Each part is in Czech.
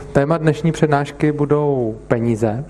téma dnešní přednášky budou peníze.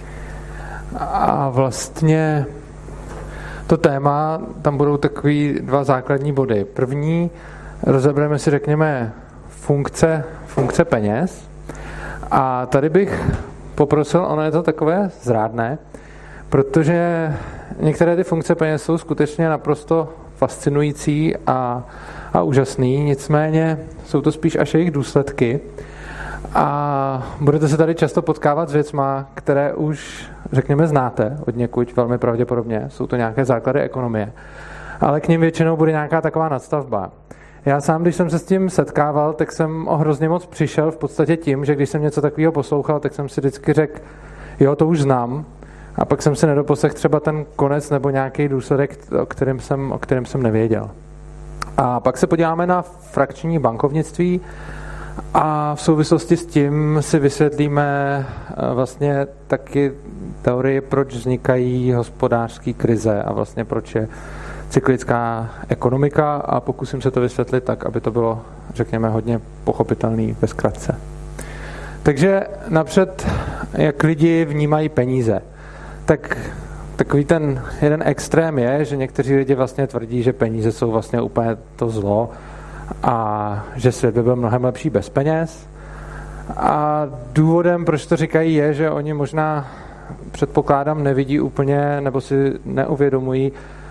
A vlastně to téma, tam budou takový dva základní body. První, rozebereme si, řekněme, funkce peněz. A tady bych poprosil, ono je to takové zrádné, protože některé ty funkce peněz jsou skutečně naprosto fascinující a úžasný, nicméně jsou to spíš až jejich důsledky. A budete se tady často potkávat s věcma, které už, řekněme, znáte od někud, velmi pravděpodobně. Jsou to nějaké základy ekonomie. Ale k nim většinou bude nějaká taková nadstavba. Já sám, když jsem se s tím setkával, tak jsem o hrozně moc přišel v podstatě tím, že když jsem něco takového poslouchal, tak jsem si vždycky řekl, jo, to už znám. A pak jsem si nedoposlech třeba ten konec nebo nějaký důsledek, o kterém jsem nevěděl. A pak se podíváme na frakční bankovnictví a v souvislosti s tím si vysvětlíme vlastně taky teorii, proč vznikají hospodářské krize a vlastně proč je cyklická ekonomika a pokusím se to vysvětlit tak, aby to bylo, řekněme, hodně pochopitelný ve zkratce. Takže napřed, jak lidi vnímají peníze. Tak takový ten jeden extrém je, že někteří lidi vlastně tvrdí, že peníze jsou vlastně úplně to zlo a že svět by byl mnohem lepší bez peněz. A důvodem, proč to říkají, je, že oni možná, předpokládám, nevidí úplně nebo si neuvědomují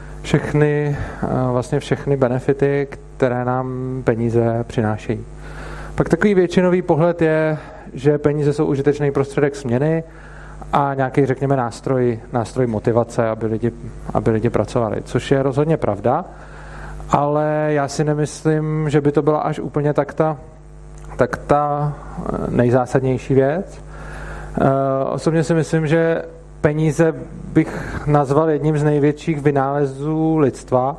všechny benefity, které nám peníze přinášejí. Pak takový většinový pohled je, že peníze jsou užitečný prostředek směny a nějaký, řekněme, nástroj motivace, aby lidi pracovali, což je rozhodně pravda, ale já si nemyslím, že by to byla až úplně tak ta nejzásadnější věc. Osobně si myslím, že peníze bych nazval jedním z největších vynálezů lidstva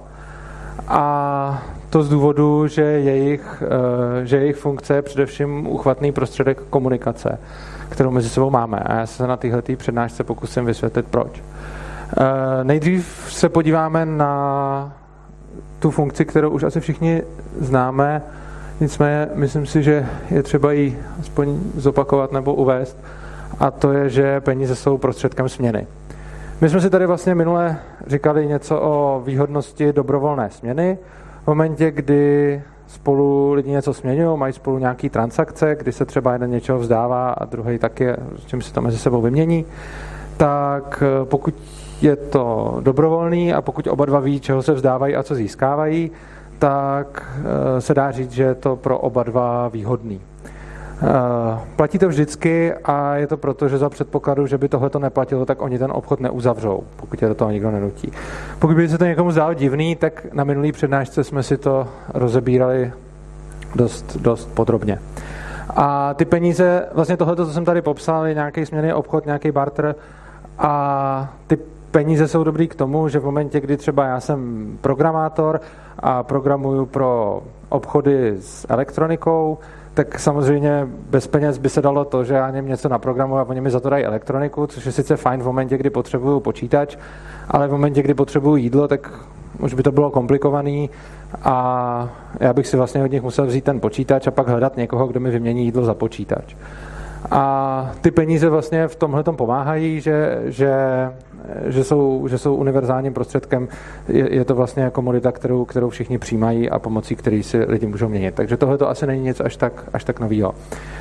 a to z důvodu, že jejich funkce je především uchvatný prostředek komunikace, kterou mezi sebou máme. A já se na téhletý přednášce pokusím vysvětlit, proč. Nejdřív se podíváme na tu funkci, kterou už asi všichni známe, nicméně myslím si, že je třeba ji aspoň zopakovat nebo uvést, a to je, že peníze jsou prostředkem směny. My jsme si tady vlastně minule říkali něco o výhodnosti dobrovolné směny. V momentě, kdy spolu lidi něco směňují, mají spolu nějaký transakce, kdy se třeba jeden něčeho vzdává a druhý taky, s čím si to mezi sebou vymění, tak pokud je to dobrovolný a pokud oba dva ví, čeho se vzdávají a co získávají, tak se dá říct, že je to pro oba dva výhodný. Platí to vždycky a je to proto, že za předpokladu, že by tohleto neplatilo, tak oni ten obchod neuzavřou, pokud je do toho nikdo nenutí. Pokud by se to někomu zdálo divný, tak na minulý přednášce jsme si to rozebírali dost podrobně. A ty peníze, vlastně tohleto, co jsem tady popsal, je nějaký směnný obchod, nějaký barter a ty peníze jsou dobrý k tomu, že v momentě, kdy třeba já jsem programátor a programuju pro obchody s elektronikou, tak samozřejmě bez peněz by se dalo to, že já něm něco naprogramuji a oni mi za to dají elektroniku, což je sice fajn v momentě, kdy potřebuju počítač, ale v momentě, kdy potřebuju jídlo, tak už by to bylo komplikovaný a já bych si vlastně od nich musel vzít ten počítač a pak hledat někoho, kdo mi vymění jídlo za počítač. A ty peníze vlastně v tomhletom pomáhají, že jsou univerzálním prostředkem. Je to vlastně komodita, kterou všichni přijímají a pomocí který si lidi můžou měnit. Takže tohle to asi není nic až tak novýho.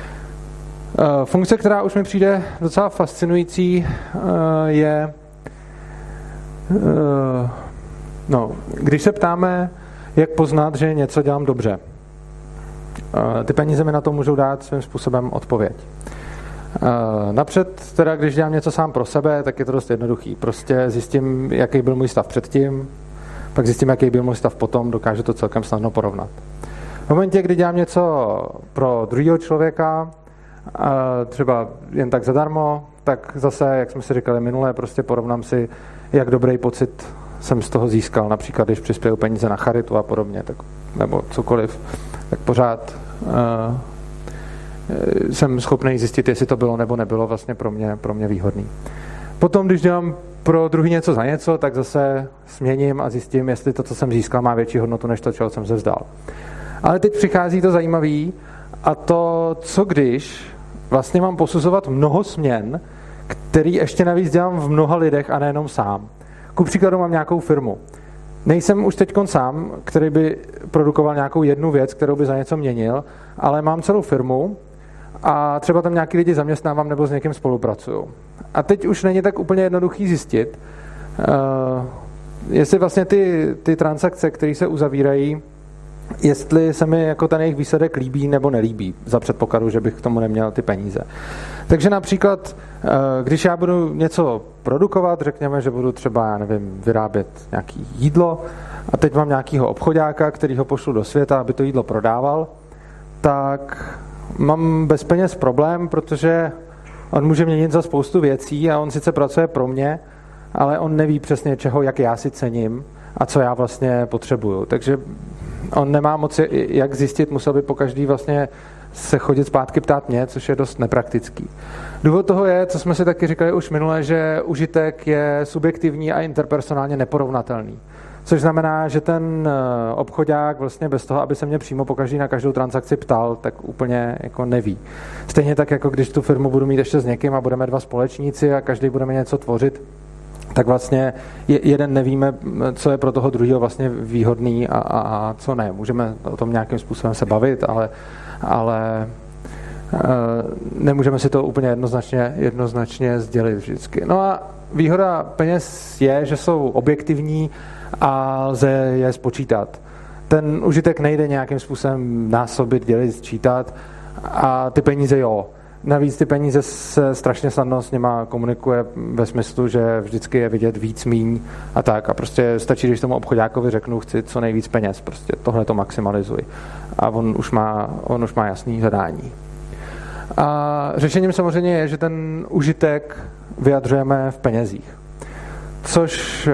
Funkce, která už mi přijde docela fascinující, je když se ptáme, jak poznat, že něco dělám dobře. Ty peníze mi na to můžou dát svým způsobem odpověď. Napřed, teda, když dělám něco sám pro sebe, tak je to dost jednoduchý. Prostě zjistím, jaký byl můj stav předtím, pak zjistím, jaký byl můj stav potom, dokážu to celkem snadno porovnat. V momentě, kdy dělám něco pro druhého člověka, třeba jen tak zadarmo, tak zase, jak jsme si říkali minule, prostě porovnám si, jak dobrý pocit jsem z toho získal. Například, když přispěju peníze na charitu a podobně, tak, nebo cokoliv, tak pořád jsem schopný zjistit, jestli to bylo nebo nebylo vlastně pro mě výhodný. Potom, když dělám pro druhý něco za něco, tak zase směním a zjistím, jestli to, co jsem získal, má větší hodnotu, než to, čeho jsem se vzdal. Ale teď přichází to zajímavé a to, co když vlastně mám posuzovat mnoho směn, který ještě navíc dělám v mnoha lidech a nejenom sám. Ku příkladu mám nějakou firmu. Nejsem už teďkon sám, který by produkoval nějakou jednu věc, kterou by za něco měnil, ale mám celou firmu a třeba tam nějaký lidi zaměstnávám nebo s někým spolupracuju. A teď už není tak úplně jednoduchý zjistit, jestli vlastně ty transakce, které se uzavírají, jestli se mi jako ten jejich výsledek líbí nebo nelíbí, za předpokladu, že bych k tomu neměl ty peníze. Takže například, když já budu něco produkovat, řekněme, že budu třeba, já nevím, vyrábět nějaký jídlo a teď mám nějakýho obchoďáka, který ho pošlu do světa, aby to jídlo prodával, tak mám bez peněz problém, protože on může měnit za spoustu věcí a on sice pracuje pro mě, ale on neví přesně čeho, jak já si cením a co já vlastně potřebuju. Takže on nemá moc jak zjistit, musel by pokaždý vlastně se chodit zpátky ptát mě, což je dost nepraktický. Důvod toho je, co jsme si taky říkali už minule, že užitek je subjektivní a interpersonálně neporovnatelný. Což znamená, že ten obchodák vlastně bez toho, aby se mě přímo pokaždý na každou transakci ptal, tak úplně jako neví. Stejně tak, jako když tu firmu budu mít ještě s někým a budeme dva společníci a každý budeme něco tvořit, tak vlastně jeden nevíme, co je pro toho druhého vlastně výhodný a co ne. Můžeme o tom nějakým způsobem se bavit, ale nemůžeme si to úplně jednoznačně sdělit vždycky. No a výhoda peněz je, že jsou objektivní a lze je spočítat. Ten užitek nejde nějakým způsobem násobit, dělit, sčítat a ty peníze jo. Navíc ty peníze se strašně snadno s nima komunikuje ve smyslu, že vždycky je vidět víc, míň a tak. A prostě stačí, když tomu obchodákovi řeknu, chci co nejvíc peněz. Prostě tohle to maximalizuj. A on už má jasný zadání. A řešením samozřejmě je, že ten užitek vyjadřujeme v penězích. Což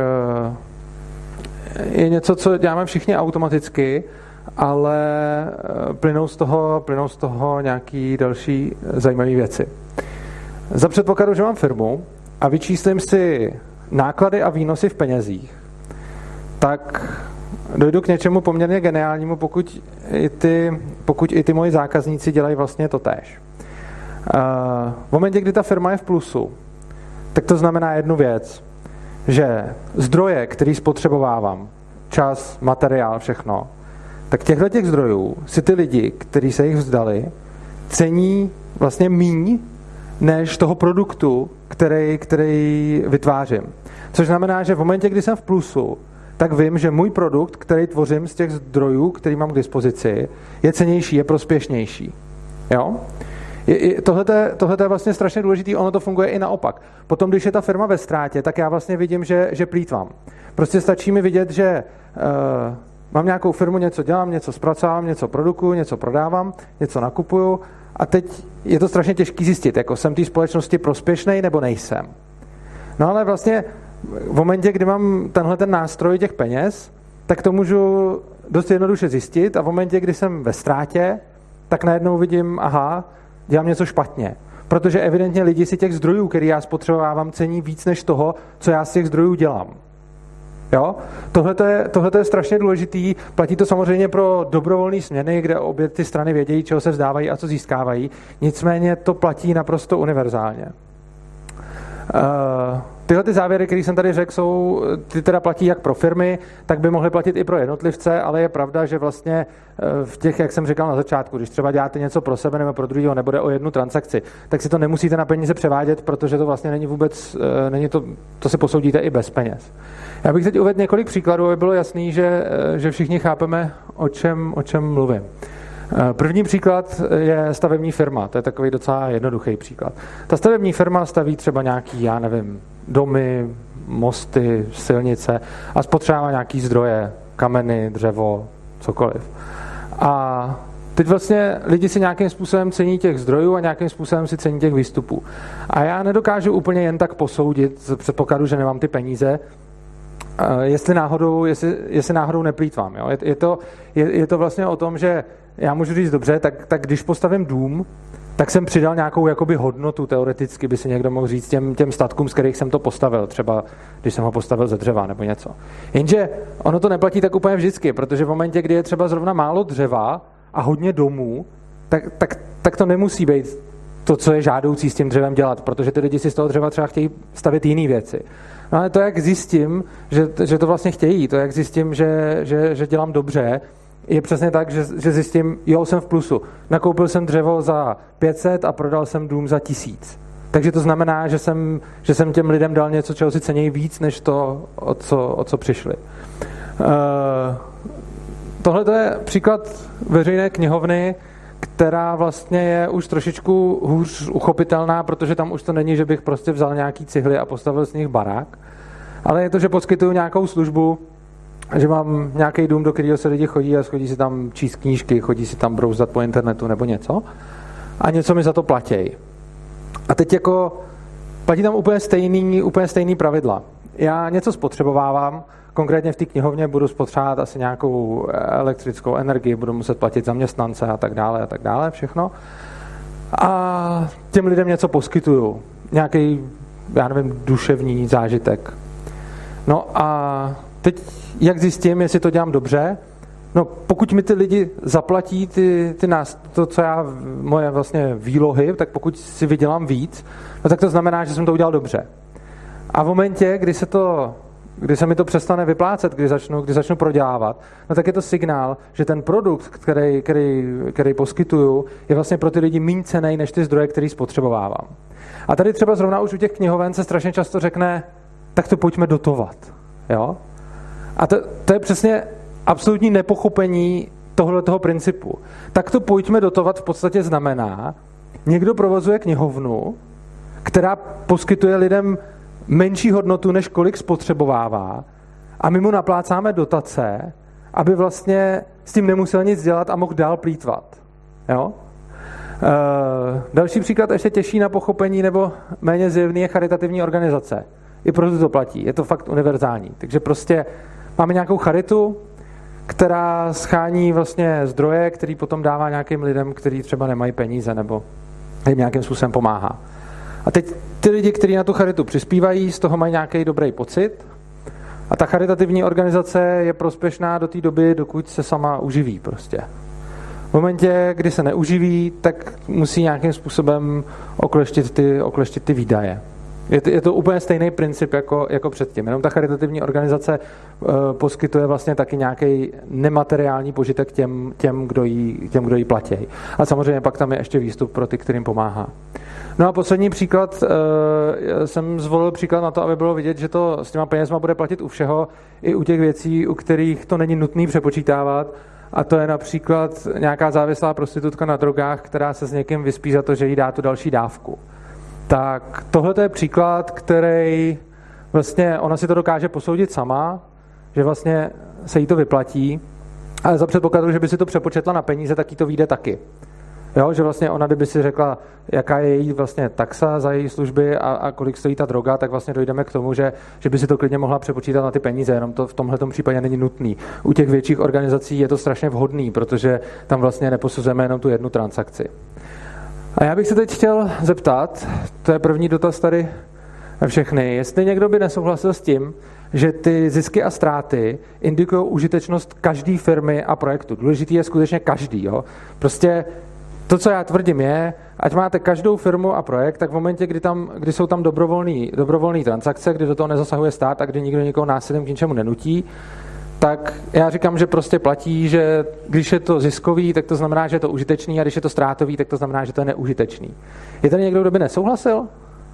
je něco, co děláme všichni automaticky, ale plynou z toho nějaký další zajímavé věci. Za předpokladu, že mám firmu a vyčíslím si náklady a výnosy v penězích, tak dojdu k něčemu poměrně geniálnímu, pokud i ty moji zákazníci dělají vlastně totéž. V momentě, kdy ta firma je v plusu, tak to znamená jednu věc, že zdroje, který spotřebovávám, čas, materiál, všechno, tak těch zdrojů si ty lidi, kteří se jich vzdali, cení vlastně míň než toho produktu, který vytvářím. Což znamená, že v momentě, kdy jsem v plusu, tak vím, že můj produkt, který tvořím z těch zdrojů, který mám k dispozici, je cennější, je prospěšnější. Jo? Tohle je vlastně strašně důležitý, ono to funguje i naopak. Potom, když je ta firma ve ztrátě, tak já vlastně vidím, že plýtvám. Prostě stačí mi vidět, že mám nějakou firmu, něco dělám, něco zpracovám, něco produkuju, něco prodávám, něco nakupuju a teď je to strašně těžký zjistit, jako jsem té společnosti prospěšnej nebo nejsem. No ale vlastně v momentě, kdy mám tenhle ten nástroj těch peněz, tak to můžu dost jednoduše zjistit a v momentě, kdy jsem ve ztrátě, tak najednou vidím, aha, dělám něco špatně. Protože evidentně lidi si těch zdrojů, který já spotřebovávám, cení víc než toho, co já z těch zdrojů dělám. Jo? Tohle je strašně důležitý. Platí to samozřejmě pro dobrovolné směny, kde obě ty strany vědějí, čeho se vzdávají a co získávají. Nicméně to platí naprosto univerzálně. Tyhle ty závěry, které jsem tady řekl, ty teda platí jak pro firmy, tak by mohly platit i pro jednotlivce, ale je pravda, že vlastně v těch, jak jsem říkal na začátku, když třeba děláte něco pro sebe nebo pro druhého, nebude o jednu transakci, tak si to nemusíte na peníze převádět, protože to vlastně není vůbec, to si posoudíte i bez peněz. Já bych teď uvedl několik příkladů, aby bylo jasný, že všichni chápeme, o čem mluvím. První příklad je stavební firma, to je takový docela jednoduchý příklad. Ta stavební firma staví třeba nějaký, já nevím, domy, mosty, silnice a spotřebává nějaký zdroje, kameny, dřevo, cokoliv. A teď vlastně lidi si nějakým způsobem cení těch zdrojů a nějakým způsobem si cení těch výstupů. A já nedokážu úplně jen tak posoudit, z předpokladu, že nemám ty peníze, jestli náhodou neplýtvám. Jo? Je to vlastně o tom, že já můžu říct dobře, tak když postavím dům, tak jsem přidal nějakou jakoby hodnotu, teoreticky by si někdo mohl říct těm statkům, z kterých jsem to postavil, třeba když jsem ho postavil ze dřeva nebo něco. Jenže ono to neplatí tak úplně vždycky, protože v momentě, kdy je třeba zrovna málo dřeva a hodně domů, tak to nemusí být to, co je žádoucí s tím dřevem dělat, protože ty lidi si z toho dřeva třeba chtějí stavět jiné věci. No ale to, jak zjistím, že to vlastně chtějí, to, jak zjistím, že dělám dobře, je přesně tak, že zjistím, jo, jsem v plusu. Nakoupil jsem dřevo za 500 a prodal jsem dům za 1000. Takže to znamená, že jsem těm lidem dal něco, čeho si cenějí víc, než to, o co přišli. Tohle je příklad veřejné knihovny, která vlastně je už trošičku hůř uchopitelná, protože tam už to není, že bych prostě vzal nějaký cihly a postavil z nich barák, ale je to, že poskytuju nějakou službu, že mám nějaký dům, do kterého se lidi chodí a chodí si tam číst knížky, chodí si tam brouzdat po internetu nebo něco a něco mi za to platí. A teď jako platí tam úplně stejný pravidla. Já něco spotřebovávám, konkrétně v té knihovně budu spotřebovat asi nějakou elektrickou energii, budu muset platit zaměstnance a tak dále, všechno. A těm lidem něco poskytuju. Nějaký, já nevím, duševní zážitek. No a teď jak zjistím, jestli to dělám dobře? No, pokud mi ty lidi zaplatí to, co já, moje vlastně výlohy, tak pokud si vydělám víc, no tak to znamená, že jsem to udělal dobře. A v momentě, kdy se mi to přestane vyplácet, kdy začnu prodělávat, no tak je to signál, že ten produkt, který poskytuju, je vlastně pro ty lidi méně cenný než ty zdroje, který spotřebovávám. A tady třeba zrovna už u těch knihoven se strašně často řekne, tak to pojďme dotovat. Jo? A to je přesně absolutní nepochopení tohoto principu. Tak to pojďme dotovat v podstatě znamená, někdo provozuje knihovnu, která poskytuje lidem menší hodnotu, než kolik spotřebovává a my mu naplácáme dotace, aby vlastně s tím nemusel nic dělat a mohl dál plýtvat. Jo? Další příklad ještě těžší na pochopení nebo méně zjevný je charitativní organizace. I proto to platí, je to fakt univerzální. Takže prostě máme nějakou charitu, která schání vlastně zdroje, který potom dává nějakým lidem, kteří třeba nemají peníze nebo jim nějakým způsobem pomáhá. A teď ty lidi, kteří na tu charitu přispívají, z toho mají nějaký dobrý pocit a ta charitativní organizace je prospěšná do té doby, dokud se sama uživí prostě. V momentě, kdy se neuživí, tak musí nějakým způsobem okleštit ty výdaje. Je to úplně stejný princip jako předtím. Jenom ta charitativní organizace poskytuje vlastně taky nějaký nemateriální požitek těm, kdo jí platí. A samozřejmě pak tam je ještě výstup pro ty, kterým pomáhá. No a poslední příklad, jsem zvolil příklad na to, aby bylo vidět, že to s těma penězma bude platit u všeho, i u těch věcí, u kterých to není nutné přepočítávat. A to je například nějaká závislá prostitutka na drogách, která se s někým vyspí za to, že jí dá tu další dávku. Tak tohle je příklad, který vlastně ona si to dokáže posoudit sama, že vlastně se jí to vyplatí, ale za předpokladu, že by si to přepočetla na peníze, tak jí to vyjde taky. Jo, že vlastně ona, kdyby si řekla, jaká je její vlastně taxa za její služby a kolik stojí ta droga, tak vlastně dojdeme k tomu, že by si to klidně mohla přepočítat na ty peníze, jenom to v tomhletom případě není nutný. U těch větších organizací je to strašně vhodný, protože tam vlastně neposuzujeme jenom tu jednu transakci. A já bych se teď chtěl zeptat, to je první dotaz tady na všechny, jestli někdo by nesouhlasil s tím, že ty zisky a ztráty indikují užitečnost každé firmy a projektu. Důležitý je skutečně každý. Jo? Prostě to, co já tvrdím, je, ať máte každou firmu a projekt, tak v momentě, kdy jsou tam dobrovolné transakce, kdy do toho nezasahuje stát a kdy nikdo nikoho násilím k ničemu nenutí, tak já říkám, že prostě platí, že když je to ziskový, tak to znamená, že je to užitečný, a když je to ztrátový, tak to znamená, že to je neužitečný. Je tady někdo, kdo by nesouhlasil?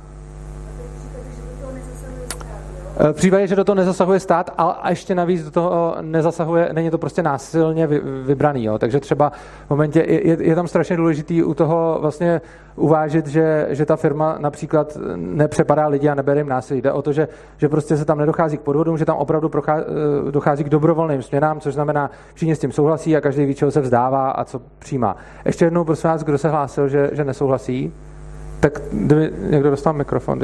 V případě, že do toho nezasahuje stát, a ještě navíc do toho nezasahuje, není to prostě násilně vybraný. Jo? Takže třeba v momentě je tam strašně důležitý u toho vlastně uvážit, že ta firma například nepřepadá lidi a nebere jim násilí. Jde o to, že prostě se tam nedochází k podvodům, že tam opravdu dochází k dobrovolným směnám, což znamená, všichni s tím souhlasí a každý ví, čeho se vzdává a co přijímá. Ještě jednou, prosím vás, kdo se hlásil, že nesouhlasí, tak kdyby někdo dostal mikrofon.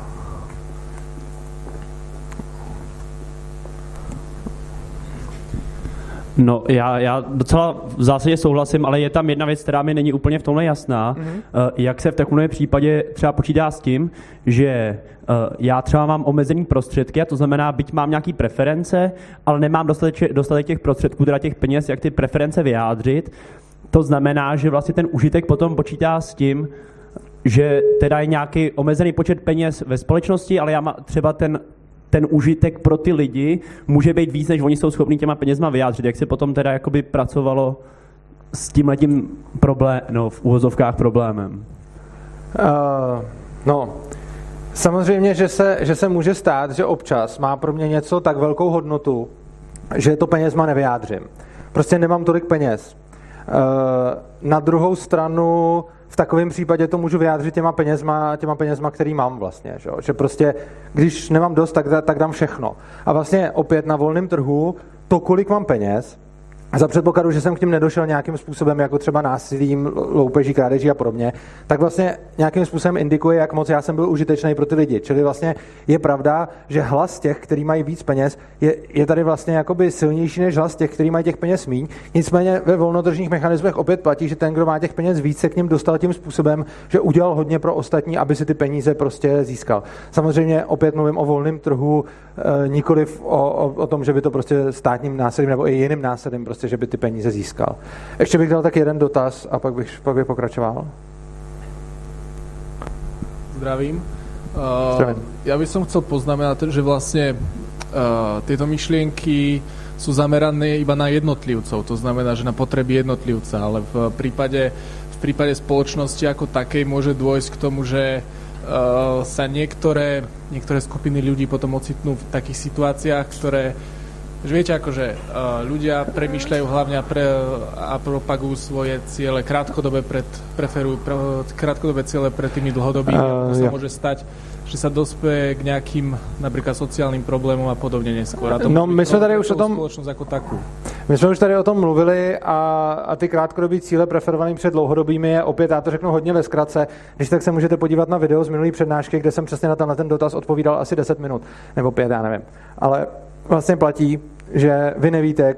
No, já docela v zásadě souhlasím, ale je tam jedna věc, která mi není úplně v tomhle jasná. Jak se v takovém případě třeba počítá s tím, že já třeba mám omezený prostředky, a to znamená, byť mám nějaký preference, ale nemám dostatek těch prostředků, teda těch peněz, jak ty preference vyjádřit. To znamená, že vlastně ten užitek potom počítá s tím, že teda je nějaký omezený počet peněz ve společnosti, ale já má třeba ten užitek pro ty lidi může být víc, než oni jsou schopní těma penězma vyjádřit. Jak se potom teda jakoby pracovalo s tímhletím v uvozovkách problémem? Samozřejmě, že se může stát, že občas má pro mě něco tak velkou hodnotu, že to penězma nevyjádřím. Prostě nemám tolik peněz. Na druhou stranu v takovém případě to můžu vyjádřit těma penězma, který mám vlastně. Že prostě, když nemám dost, tak dám všechno. A vlastně opět na volném trhu to, kolik mám peněz, za předpokladu, že jsem k tím nedošel nějakým způsobem, jako třeba násilím, loupeží, krádeží a podobně, tak vlastně nějakým způsobem indikuje, jak moc já jsem byl užitečný pro ty lidi. Čili vlastně je pravda, že hlas těch, kteří mají víc peněz, je tady vlastně jakoby silnější než hlas těch, kteří mají těch peněz míň. Nicméně ve volnotržních mechanismech opět platí, že ten, kdo má těch peněz víc, se k ním dostal tím způsobem, že udělal hodně pro ostatní, aby si ty peníze prostě získal. Samozřejmě opět mluvím o volném trhu, nikoliv o tom, že by to prostě státním násilím nebo i jiným násilím prostě, že by ty peníze získal. Ještě bych dal tak jeden dotaz a pak bych pokračoval. Zdravím. Ja by som chcel poznamenať, že vlastne tieto myšlienky sú zamerané iba na jednotlivcov, to znamená, že na potreby jednotlivca, ale v prípade spoločnosti ako takej môže dôjsť k tomu, že sa niektoré skupiny ľudí potom ocitnú v takých situáciách, ktoré že viete, akože ľudia premýšľajú hlavne a propagujú svoje ciele preferujú krátkodobé ciele pred tými dlhodobými. To sa môže stať, že sa dospeje k nejakým napríklad sociálnym problémom a podobne neskôr. A to my jsme tady už o tom spoločnosť ako takú. My jsme už tady o tom mluvili a ty krátkodobý cíle preferovaný před dlouhodobými je opět, já to řeknu hodně ve zkratce, když tak se můžete podívat na video z minulý přednášky, kde jsem přesně na ten dotaz odpovídal asi 10 minut, nebo 5, já nevím. Ale vlastně platí, že vy nevíte,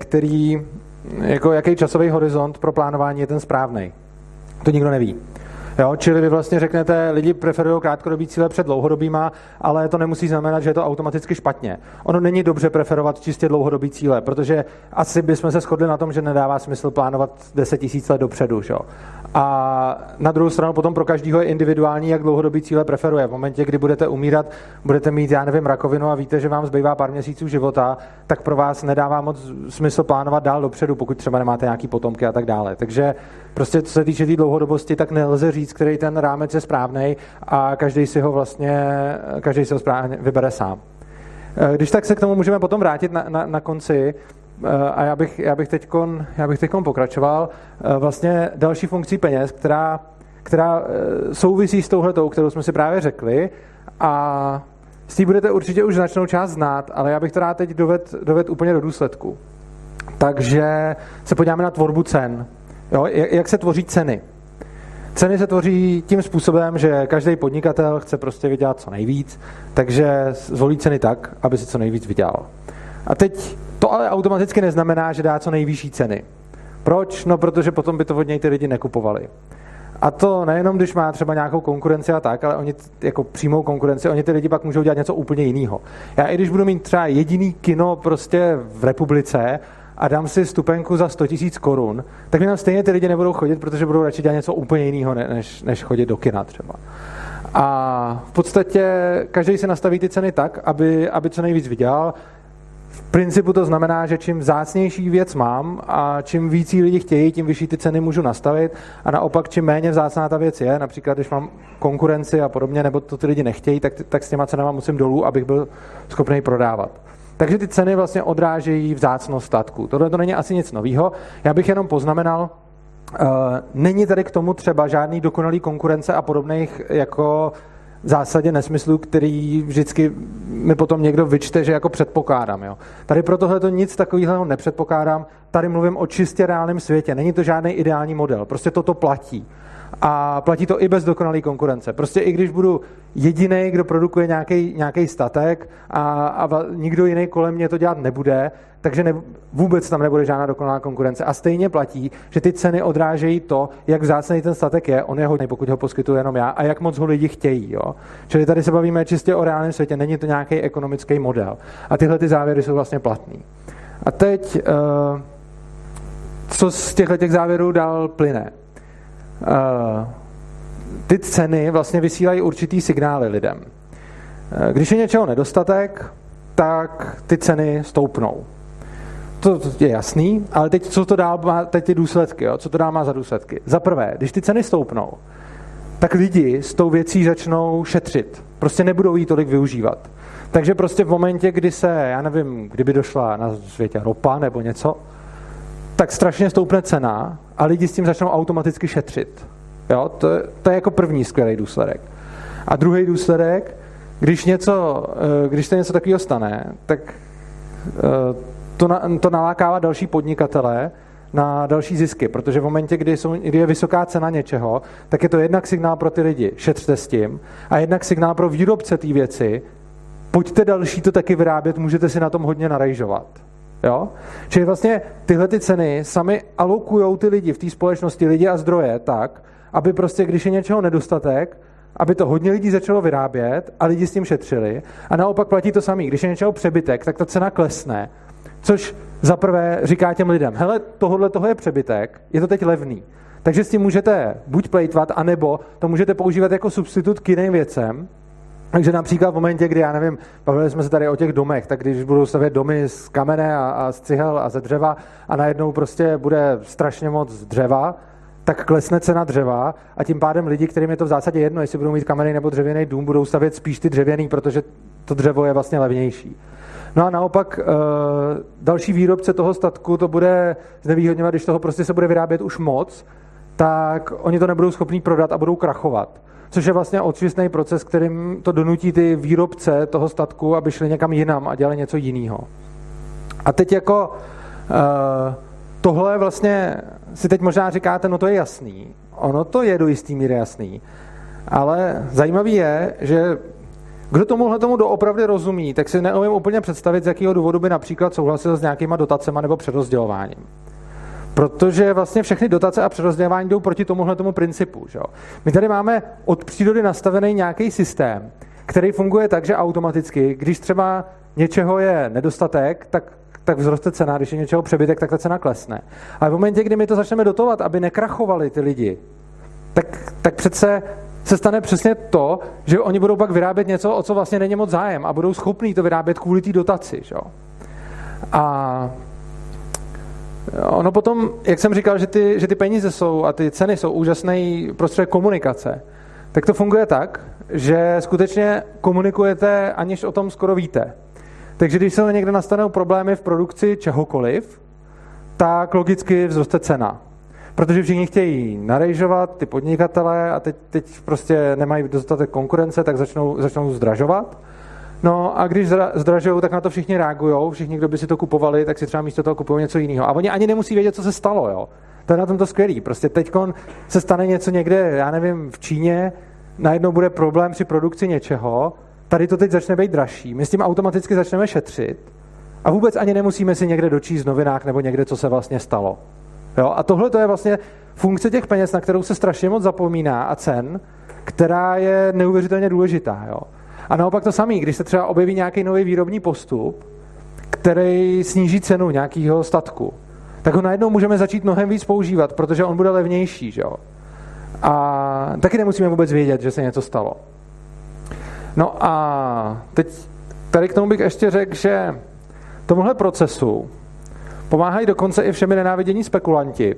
jaký časový horizont pro plánování je ten správný. To nikdo neví. Jo? Čili vy vlastně řeknete, lidi preferují krátkodobý cíle před dlouhodobýma, ale to nemusí znamenat, že je to automaticky špatně. Ono není dobře preferovat čistě dlouhodobý cíle, protože asi bychom se shodli na tom, že nedává smysl plánovat 10 000 let dopředu. Že? A na druhou stranu potom pro každého je individuální, jak dlouhodobý cíle preferuje. V momentě, kdy budete umírat, budete mít, já nevím, rakovinu a víte, že vám zbývá pár měsíců života, tak pro vás nedává moc smysl plánovat dál dopředu, pokud třeba nemáte nějaký potomky a tak dále. Takže prostě co se týče té dlouhodobosti, tak nelze říct, který ten rámec je správnej a každý si ho správně vybere sám. Když tak se k tomu můžeme potom vrátit na konci, a já bych teďkon pokračoval. Vlastně další funkcí peněz, která souvisí s touhletou, kterou jsme si právě řekli, a s tím budete určitě už značnou část znát, ale já bych to rád teď doved úplně do důsledku. Takže se podíváme na tvorbu cen. Jo? Jak se tvoří ceny? Ceny se tvoří tím způsobem, že každý podnikatel chce prostě vydělat co nejvíc, takže zvolí ceny tak, aby si co nejvíc vydělal. A teď to ale automaticky neznamená, že dá co nejvyšší ceny. Proč? No, protože potom by to od něj ty lidi nekupovali. A to nejenom, když má třeba nějakou konkurenci a tak, ale oni jako přímou konkurenci, oni ty lidi pak můžou dělat něco úplně jiného. Já i když budu mít třeba jediný kino prostě v republice a dám si vstupenku za 100 000 korun, tak mi tam stejně ty lidi nebudou chodit, protože budou radši dělat něco úplně jiného, než chodit do kina třeba. A v podstatě každý si nastaví ty ceny tak, aby co nejvíc vydělal. V principu to znamená, že čím vzácnější věc mám a čím víc lidi chtějí, tím vyšší ty ceny můžu nastavit a naopak čím méně vzácná ta věc je, například když mám konkurenci a podobně, nebo to ty lidi nechtějí, tak s těma cenama musím dolů, abych byl schopný prodávat. Takže ty ceny vlastně odrážejí vzácnost statku. Tohle to není asi nic nového. Já bych jenom poznamenal, není tady k tomu třeba žádný dokonalý konkurence a podobných jako v zásadě nesmyslů, který vždycky mi potom někdo vyčte, že jako předpokládám. Jo. Tady pro tohle to nic takového nepředpokládám. Tady mluvím o čistě reálném světě. Není to žádný ideální model. Prostě toto platí. A platí to i bez dokonalé konkurence. Prostě i když budu jediný, kdo produkuje nějaký statek a nikdo jiný kolem mě to dělat nebude, takže vůbec tam nebude žádná dokonalá konkurence. A stejně platí, že ty ceny odrážejí to, jak vzácný ten statek je, on je hodný, pokud ho poskytuju jenom já, a jak moc ho lidi chtějí. Jo? Čili tady se bavíme čistě o reálném světě, není to nějaký ekonomický model. A tyhle ty závěry jsou vlastně platný. A teď, co z těchto závěrů dál plyne? ty ceny vlastně vysílají určitý signály lidem. Když je něčeho nedostatek, tak ty ceny stoupnou. To je jasný, ale teď co to dál má, teď ty důsledky, jo? Co to dál má za důsledky? Za prvé, když ty ceny stoupnou, tak lidi s tou věcí začnou šetřit. Prostě nebudou jí tolik využívat. Takže prostě v momentě, kdy se, já nevím, kdyby došla na světě ropa nebo něco, tak strašně stoupne cena a lidi s tím začnou automaticky šetřit. Jo? To je jako první skvělý důsledek. A druhý důsledek, když se něco takového stane, tak to nalákává další podnikatele na další zisky, protože v momentě, kdy je vysoká cena něčeho, tak je to jednak signál pro ty lidi, šetřte s tím, a jednak signál pro výrobce té věci, pojďte další to taky vyrábět, můžete si na tom hodně narejžovat. Jo? Čili vlastně tyhle ty ceny sami alokujou ty lidi v té společnosti, lidi a zdroje tak, aby prostě, když je něčeho nedostatek, aby to hodně lidí začalo vyrábět a lidi s tím šetřili. A naopak platí to samé. Když je něčeho přebytek, tak ta cena klesne, což zaprvé říká těm lidem, hele, toho je přebytek, je to teď levný. Takže s tím můžete buď plejtvat, anebo to můžete používat jako substitut k jiným věcem. Takže například v momentě, kdy, já nevím, bavili jsme se tady o těch domech, tak když budou stavět domy z kamene a z cihel a ze dřeva a najednou prostě bude strašně moc dřeva, tak klesne cena dřeva a tím pádem lidi, kterým je to v zásadě jedno, jestli budou mít kamenný nebo dřevěný dům, budou stavět spíš ty dřevěný, protože to dřevo je vlastně levnější. No a naopak další výrobce toho statku to bude znevýhodňovat, když toho prostě se bude vyrábět už moc, tak oni to nebudou schopní prodat a budou krachovat. Což je vlastně očistný proces, kterým to donutí ty výrobce toho statku, aby šli někam jinam a dělali něco jiného. A teď jako tohle vlastně si teď možná říkáte, no to je jasný. Ono to je do jistý míry jasný. Ale zajímavý je, že kdo tomu doopravdy rozumí, tak si neumím úplně představit, z jakého důvodu by například souhlasil s nějakýma dotacema nebo přerozdělováním. Protože vlastně všechny dotace a přerozdělování jdou proti tomu principu. Že? My tady máme od přírody nastavený nějaký systém, který funguje tak, že automaticky, když třeba něčeho je nedostatek, tak vzroste cena, když je něčeho přebytek, tak ta cena klesne. Ale v momentě, kdy my to začneme dotovat, aby nekrachovali ty lidi, tak přece se stane přesně to, že oni budou pak vyrábět něco, o co vlastně není moc zájem a budou schopní to vyrábět kvůli té dotaci. Že? A ono potom, jak jsem říkal, že ty peníze jsou a ty ceny jsou úžasný prostředek komunikace, tak to funguje tak, že skutečně komunikujete, aniž o tom skoro víte. Takže když se někde nastanou problémy v produkci čehokoliv, tak logicky vzroste cena. Protože všichni chtějí narejžovat ty podnikatele a teď prostě nemají dostatek konkurence, tak začnou zdražovat. No a když zdražují, tak na to všichni reagujou, všichni, kdo by si to kupovali, tak si třeba místo toho kupují něco jiného. A oni ani nemusí vědět, co se stalo, jo. To je na tom to skvělý. Prostě teďkon se stane něco někde, já nevím, v Číně, najednou bude problém při produkci něčeho, tady to teď začne být dražší, my s tím automaticky začneme šetřit a vůbec ani nemusíme si někde dočíst v novinách nebo někde, co se vlastně stalo. Jo? A tohle to je vlastně funkce těch peněz, na kterou se strašně moc zapomíná a cen, která je neuvěřitelně důležitá. Jo? A naopak to samé, když se třeba objeví nějaký nový výrobní postup, který sníží cenu nějakého statku, tak ho najednou můžeme začít mnohem víc používat, protože on bude levnější. Že jo? A taky nemusíme vůbec vědět, že se něco stalo. No a teď tady k tomu bych ještě řekl, že tomuhle procesu pomáhají dokonce i všemi nenávidění spekulanti.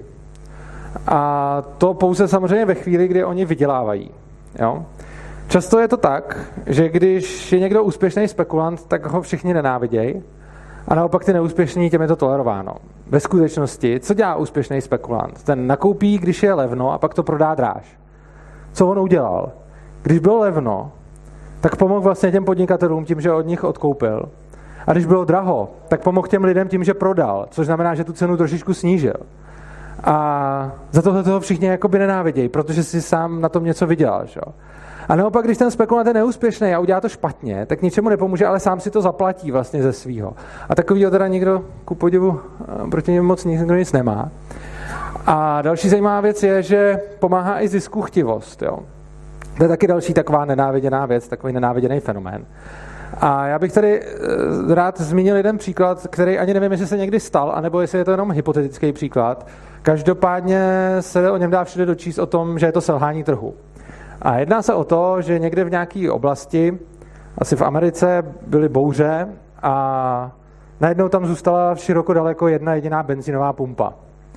A to pouze samozřejmě ve chvíli, kdy oni vydělávají. Jo? Často je to tak, že když je někdo úspěšný spekulant, tak ho všichni nenávidějí a naopak ty neúspěšní, těm je to tolerováno. Ve skutečnosti, co dělá úspěšný spekulant? Ten nakoupí, když je levno a pak to prodá dráž. Co on udělal? Když bylo levno, tak pomohl vlastně těm podnikatelům tím, že od nich odkoupil. A když bylo draho, tak pomohl těm lidem tím, že prodal, což znamená, že tu cenu trošičku snížil. A za tohle toho všichni jakoby nenávidějí, protože si sám na tom něco vydělal. Že? A naopak, když ten spekulant je neúspěšný a udělá to špatně, tak ničemu nepomůže, ale sám si to zaplatí vlastně ze svýho. A takovýho teda nikdo, ku podivu, proti němu moc nikdo nic nemá. A další zajímavá věc je, že pomáhá i ziskuchtivost. Jo? To je taky další taková nenáviděná věc, takový nenáviděný fenomén. A já bych tady rád zmínil jeden příklad, který ani nevím, jestli se někdy stal, anebo jestli je to jenom hypotetický příklad. Každopádně se o něm dá všude dočíst o tom, že je to selhání trhu. A jedná se o to, že někde v nějaké oblasti, asi v Americe, byly bouře a najednou tam zůstala široko daleko jedna jediná benzinová pumpa.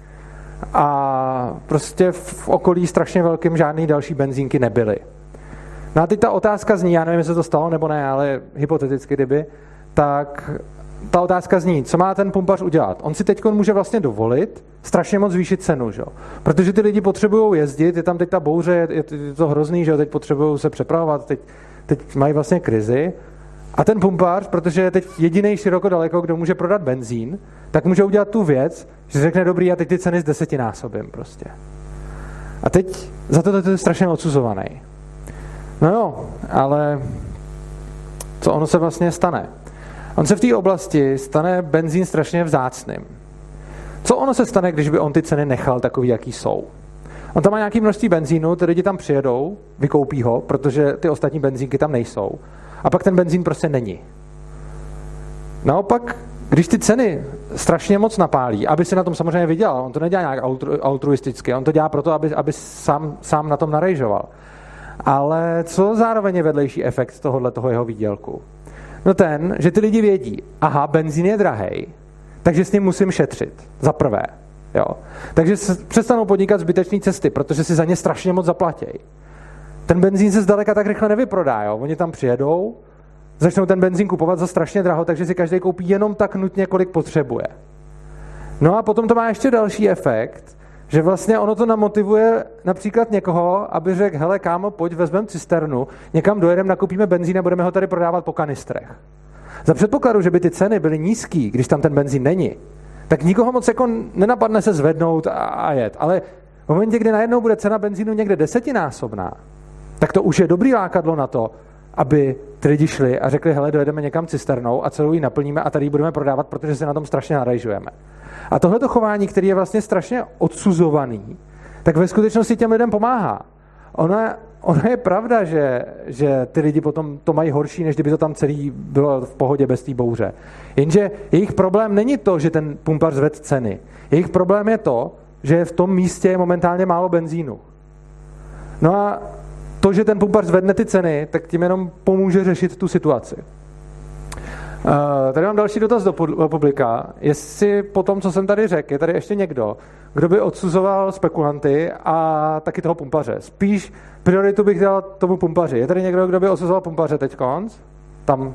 A prostě v okolí strašně velkým žádný další benzínky nebyly. No a teď ta otázka zní, já nevím, jestli to stalo nebo ne, ale hypoteticky kdyby, tak ta otázka zní, co má ten pumpař udělat? On si teď může vlastně dovolit strašně moc zvýšit cenu, že? Protože ty lidi potřebují jezdit, je tam teď ta bouře, je to hrozný, že teď potřebují se přepravovat, teď mají vlastně krizi. A ten pumpař, protože je teď jedinej široko daleko, kdo může prodat benzín, tak může udělat tu věc, že řekne dobrý, a teď ty ceny z 10násobím prostě. A teď za to je strašně odsuzovaný. No jo, ale co ono se vlastně stane? On se v té oblasti stane benzín strašně vzácným. Co ono se stane, když by on ty ceny nechal takový, jaký jsou? On tam má nějaké množství benzínu, ty lidi tam přijedou, vykoupí ho, protože ty ostatní benzínky tam nejsou. A pak ten benzín prostě není. Naopak, když ty ceny strašně moc napálí, aby si na tom samozřejmě vydělal, on to nedělá nějak altruisticky, on to dělá proto, aby sám na tom narejžoval. Ale co zároveň je vedlejší efekt toho jeho výdělku? No ten, že ty lidi vědí, aha, benzín je drahej, takže s ním musím šetřit, za prvé. Jo. Takže přestanou podnikat zbytečné cesty, protože si za ně strašně moc zaplatějí. Ten benzín se zdaleka tak rychle nevyprodá, jo. Oni tam přijedou, začnou ten benzín kupovat za strašně draho, takže si každý koupí jenom tak nutně, kolik potřebuje. No a potom to má ještě další efekt, že vlastně ono to namotivuje například někoho, aby řekl, hele kámo, pojď, vezmeme cisternu, někam dojedeme, nakoupíme benzín a budeme ho tady prodávat po kanistrech. Za předpokladu, že by ty ceny byly nízký, když tam ten benzín není, tak nikoho moc jako nenapadne se zvednout a jet. Ale v momentě, kdy najednou bude cena benzínu někde 10násobná, tak to už je dobrý lákadlo na to, aby ty lidi šli a řekli, hele, dojedeme někam cisternou a celou ji naplníme a tady ji budeme prodávat, protože se na tom strašně narajžujeme. A tohleto chování, který je vlastně strašně odsuzovaný, tak ve skutečnosti těm lidem pomáhá. Ona je pravda, že ty lidi potom to mají horší, než kdyby to tam celý bylo v pohodě bez té bouře. Jenže jejich problém není to, že ten pumpař zvedl ceny. Jejich problém je to, že v tom místě je momentálně málo benzínu. No a to, že ten pumpař zvedne ty ceny, tak tím jenom pomůže řešit tu situaci. Tady mám další dotaz do publika. Jestli po tom, co jsem tady řekl, je tady ještě někdo, kdo by odsuzoval spekulanty a taky toho pumpaře. Spíš prioritu bych dal tomu pumpaři. Je tady někdo, kdo by odsuzoval pumpaře teďkonc? Tam.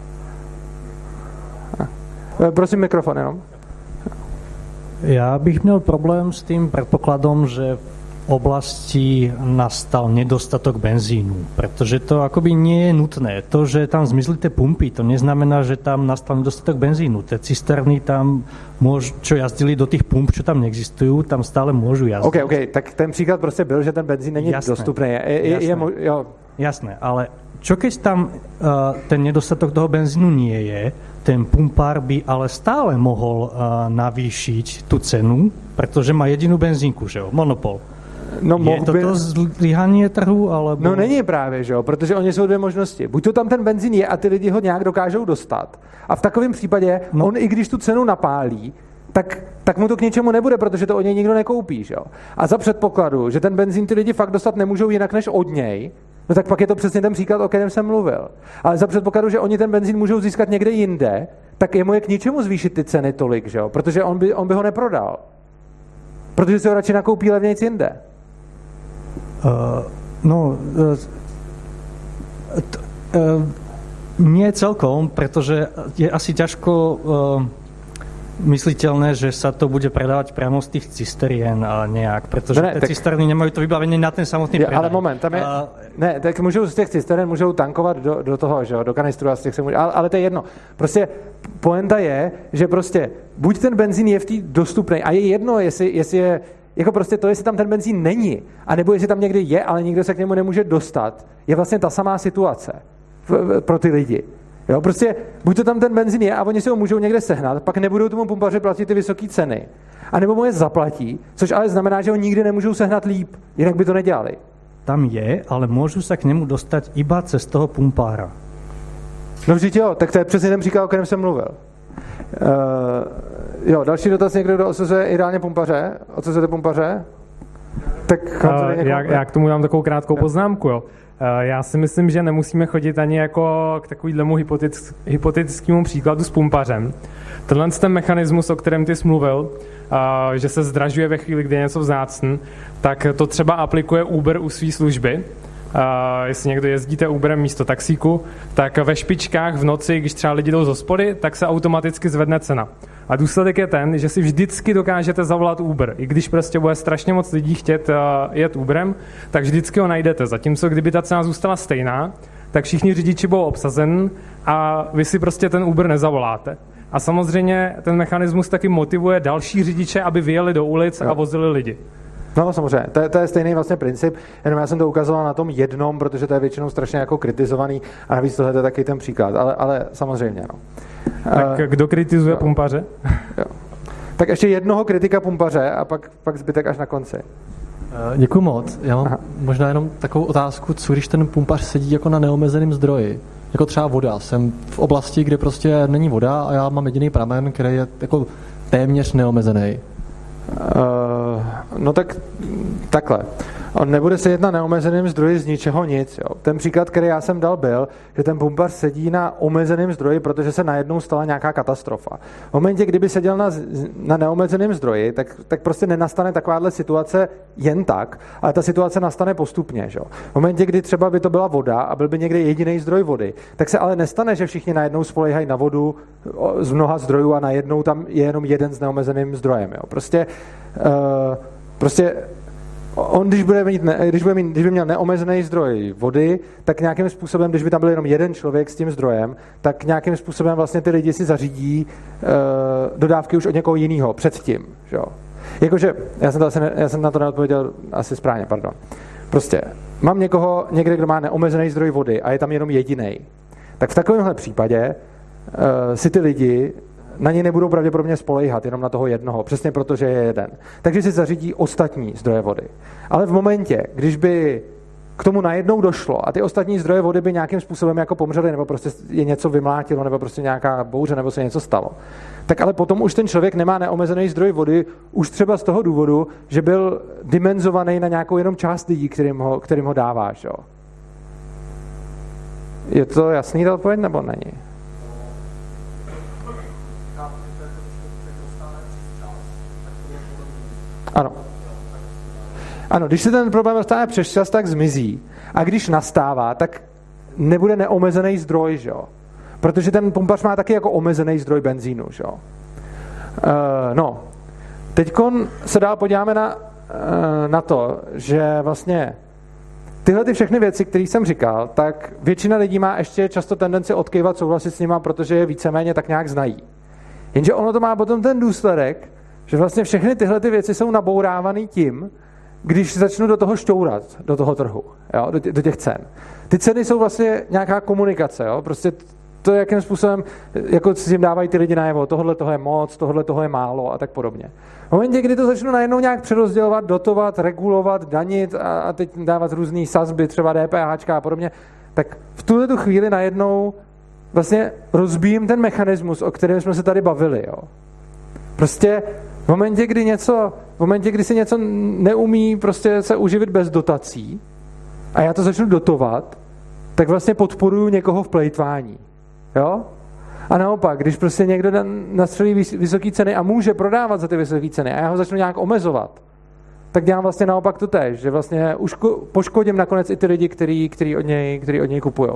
Prosím mikrofon jenom. Ja bych měl problém s tým predpokladom, že v oblasti nastal nedostatok benzínu, pretože to akoby nie je nutné. To, že tam zmizli tie pumpy, to neznamená, že tam nastal nedostatok benzínu. Tie cisterny tam, čo jazdili do tých pump, čo tam neexistujú, tam stále môžu jazdiť. OK, tak ten příklad prostě byl, že ten benzín není dostupný. Jasné, ale čo keď tam ten nedostatok toho benzínu nie je, ten pumpár by ale stále mohol navýšiť tú cenu, pretože má jedinú benzínku, že jo, monopol. No, je to zlyhání trhu, alebo... No není právě, že jo, protože oni jsou dvě možnosti. Buď to tam ten benzín je a ty lidi ho nějak dokážou dostat. A v takovém případě on i když tu cenu napálí, tak mu to k ničemu nebude, protože to od něj nikdo nekoupí, že jo. A za předpokladu, že ten benzín ty lidi fakt dostat nemůžou jinak než od něj, no tak pak je to přesně ten příklad, o kterém jsem mluvil. Ale za předpokladu, že oni ten benzín můžou získat někde jinde, tak jemu je k ničemu zvýšit ty ceny tolik, že jo, protože on by ho neprodal. Protože si ho radši nakoupí levnějc jinde. Nie celkom, pretože je asi ťažko mysliteľné, že sa to bude predávať priamo z tých cisterien a nejak, pretože tie cisterny nemajú to vybavenie na ten samotný predaj. Ale moment, tam je... tak můžou z těch cisteren můžou tankovat do toho, že jo, do kanistru a z těch se může, ale to je jedno. Prostě poenta je, že prostě buď ten benzín je v té dostupnej a je jedno, jestli je jako prostě to, jestli tam ten benzín není, anebo jestli tam někdy je, ale nikdo se k němu nemůže dostat, je vlastně ta samá situace pro ty lidi. Jo, prostě buď to tam ten benzín je a oni si ho můžou někde sehnat, pak nebudou tomu pumpaři platit ty vysoké ceny, anebo mu je zaplatí, což ale znamená, že ho nikdy nemůžou sehnat líp, jinak by to nedělali. Tam je, ale můžu se k němu dostat iba cez toho pumpára. No vždyť jo, tak to je přesně ten příklad, o kterém jsem mluvil. Další dotaz někdo, kdo odsuzuje ideálně pumpaře? Odsuzujete pumpaře? Tak já k tomu dám takovou krátkou poznámku. Jo. Já si myslím, že nemusíme chodit ani jako k takovému hypotetickému příkladu s pumpařem. Tenhle ten mechanismus, o kterém ty jsi mluvil, že se zdražuje ve chvíli, kdy je něco vzácný, tak to třeba aplikuje Uber u své služby. Jestli někdo jezdíte Uberem místo taxíku, tak ve špičkách v noci, když třeba lidi jdou z hospody, tak se automaticky zvedne cena. A důsledek je ten, že si vždycky dokážete zavolat Uber. I když prostě bude strašně moc lidí chtět jet Uberem, tak vždycky ho najdete. Zatímco kdyby ta cena zůstala stejná, tak všichni řidiči budou obsazeni a vy si prostě ten Uber nezavoláte. A samozřejmě ten mechanismus taky motivuje další řidiče, aby vyjeli do ulic a vozili lidi. No samozřejmě, to je stejný vlastně princip, jenom já jsem to ukazoval na tom jednom, protože to je většinou strašně jako kritizovaný a navíc tohle je taky ten příklad, ale samozřejmě. No. Tak kdo kritizuje pumpaře? Jo. Tak ještě jednoho kritika pumpaře a pak zbytek až na konci. Děkuji moc. Já mám možná jenom takovou otázku, co když ten pumpař sedí jako na neomezeném zdroji, jako třeba voda. Jsem v oblasti, kde prostě není voda a já mám jediný pramen, který je jako téměř neomezený. No tak takhle. On nebude sedět na neomezeném zdroji z ničeho nic. Jo. Ten příklad, který já jsem dal, byl, že ten pumpař sedí na omezeném zdroji, protože se najednou stala nějaká katastrofa. V momentě, kdyby seděl na neomezeném zdroji, tak prostě nenastane takováhle situace jen tak, ale ta situace nastane postupně. Že? V momentě, kdy třeba by to byla voda a byl by někde jediný zdroj vody, tak se ale nestane, že všichni najednou spoléhají na vodu z mnoha zdrojů a najednou tam je jenom jeden s neomezeným zdrojem. Jo. Prostě on, když by měl neomezený zdroj vody, tak nějakým způsobem, když by tam byl jenom jeden člověk s tím zdrojem, tak nějakým způsobem vlastně ty lidi si zařídí dodávky už od někoho jiného předtím. Jakože, já jsem na to neodpověděl asi správně, pardon. Prostě mám někoho někde, kdo má neomezený zdroj vody a je tam jenom jedinej. Tak v takovémhle případě si ty lidi na něj nebudou pravděpodobně spolejhat jenom na toho jednoho, přesně protože je jeden. Takže si zařídí ostatní zdroje vody. Ale v momentě, když by k tomu najednou došlo a ty ostatní zdroje vody by nějakým způsobem jako pomřely, nebo prostě je něco vymlátilo, nebo prostě nějaká bouře, nebo se něco stalo, tak ale potom už ten člověk nemá neomezený zdroj vody, už třeba z toho důvodu, že byl dimenzovaný na nějakou jenom část lidí, kterým ho dáváš. Jo. Je to jasný ta odpověď, nebo není? Ano, když se ten problém dostane přes čas, tak zmizí. A když nastává, tak nebude neomezený zdroj, že jo? Protože ten pumpař má taky jako omezený zdroj benzínu, že jo? Teďkon se dál podíváme na to, že vlastně tyhle ty všechny věci, které jsem říkal, tak většina lidí má ještě často tendenci odkývat, souhlasit s nima, protože je víceméně tak nějak znají. Jenže ono to má potom ten důsledek, že vlastně všechny tyhle ty věci jsou nabourávaný tím, když začnu do toho šťourat, do toho trhu, jo, do těch cen. Ty ceny jsou vlastně nějaká komunikace, jo, prostě to, jakým způsobem, jako si jim dávají ty lidi najevo, tohle toho je moc, tohle toho je málo a tak podobně. V momentě, kdy to začnu najednou nějak přerozdělovat, dotovat, regulovat, danit a teď dávat různý sazby, třeba DPH a podobně, tak v tuhle chvíli najednou vlastně rozbíjím ten mechanismus, o kterém jsme se tady bavili, jo. Prostě v momentě, kdy si něco neumí prostě se uživit bez dotací a já to začnu dotovat, tak vlastně podporuju někoho v plejtvání. Jo? A naopak, když prostě někdo nastřelí vysoké ceny a může prodávat za ty vysoké ceny a já ho začnu nějak omezovat, tak dělám vlastně naopak to též, že vlastně už poškodím nakonec i ty lidi, kteří od něj kupujou.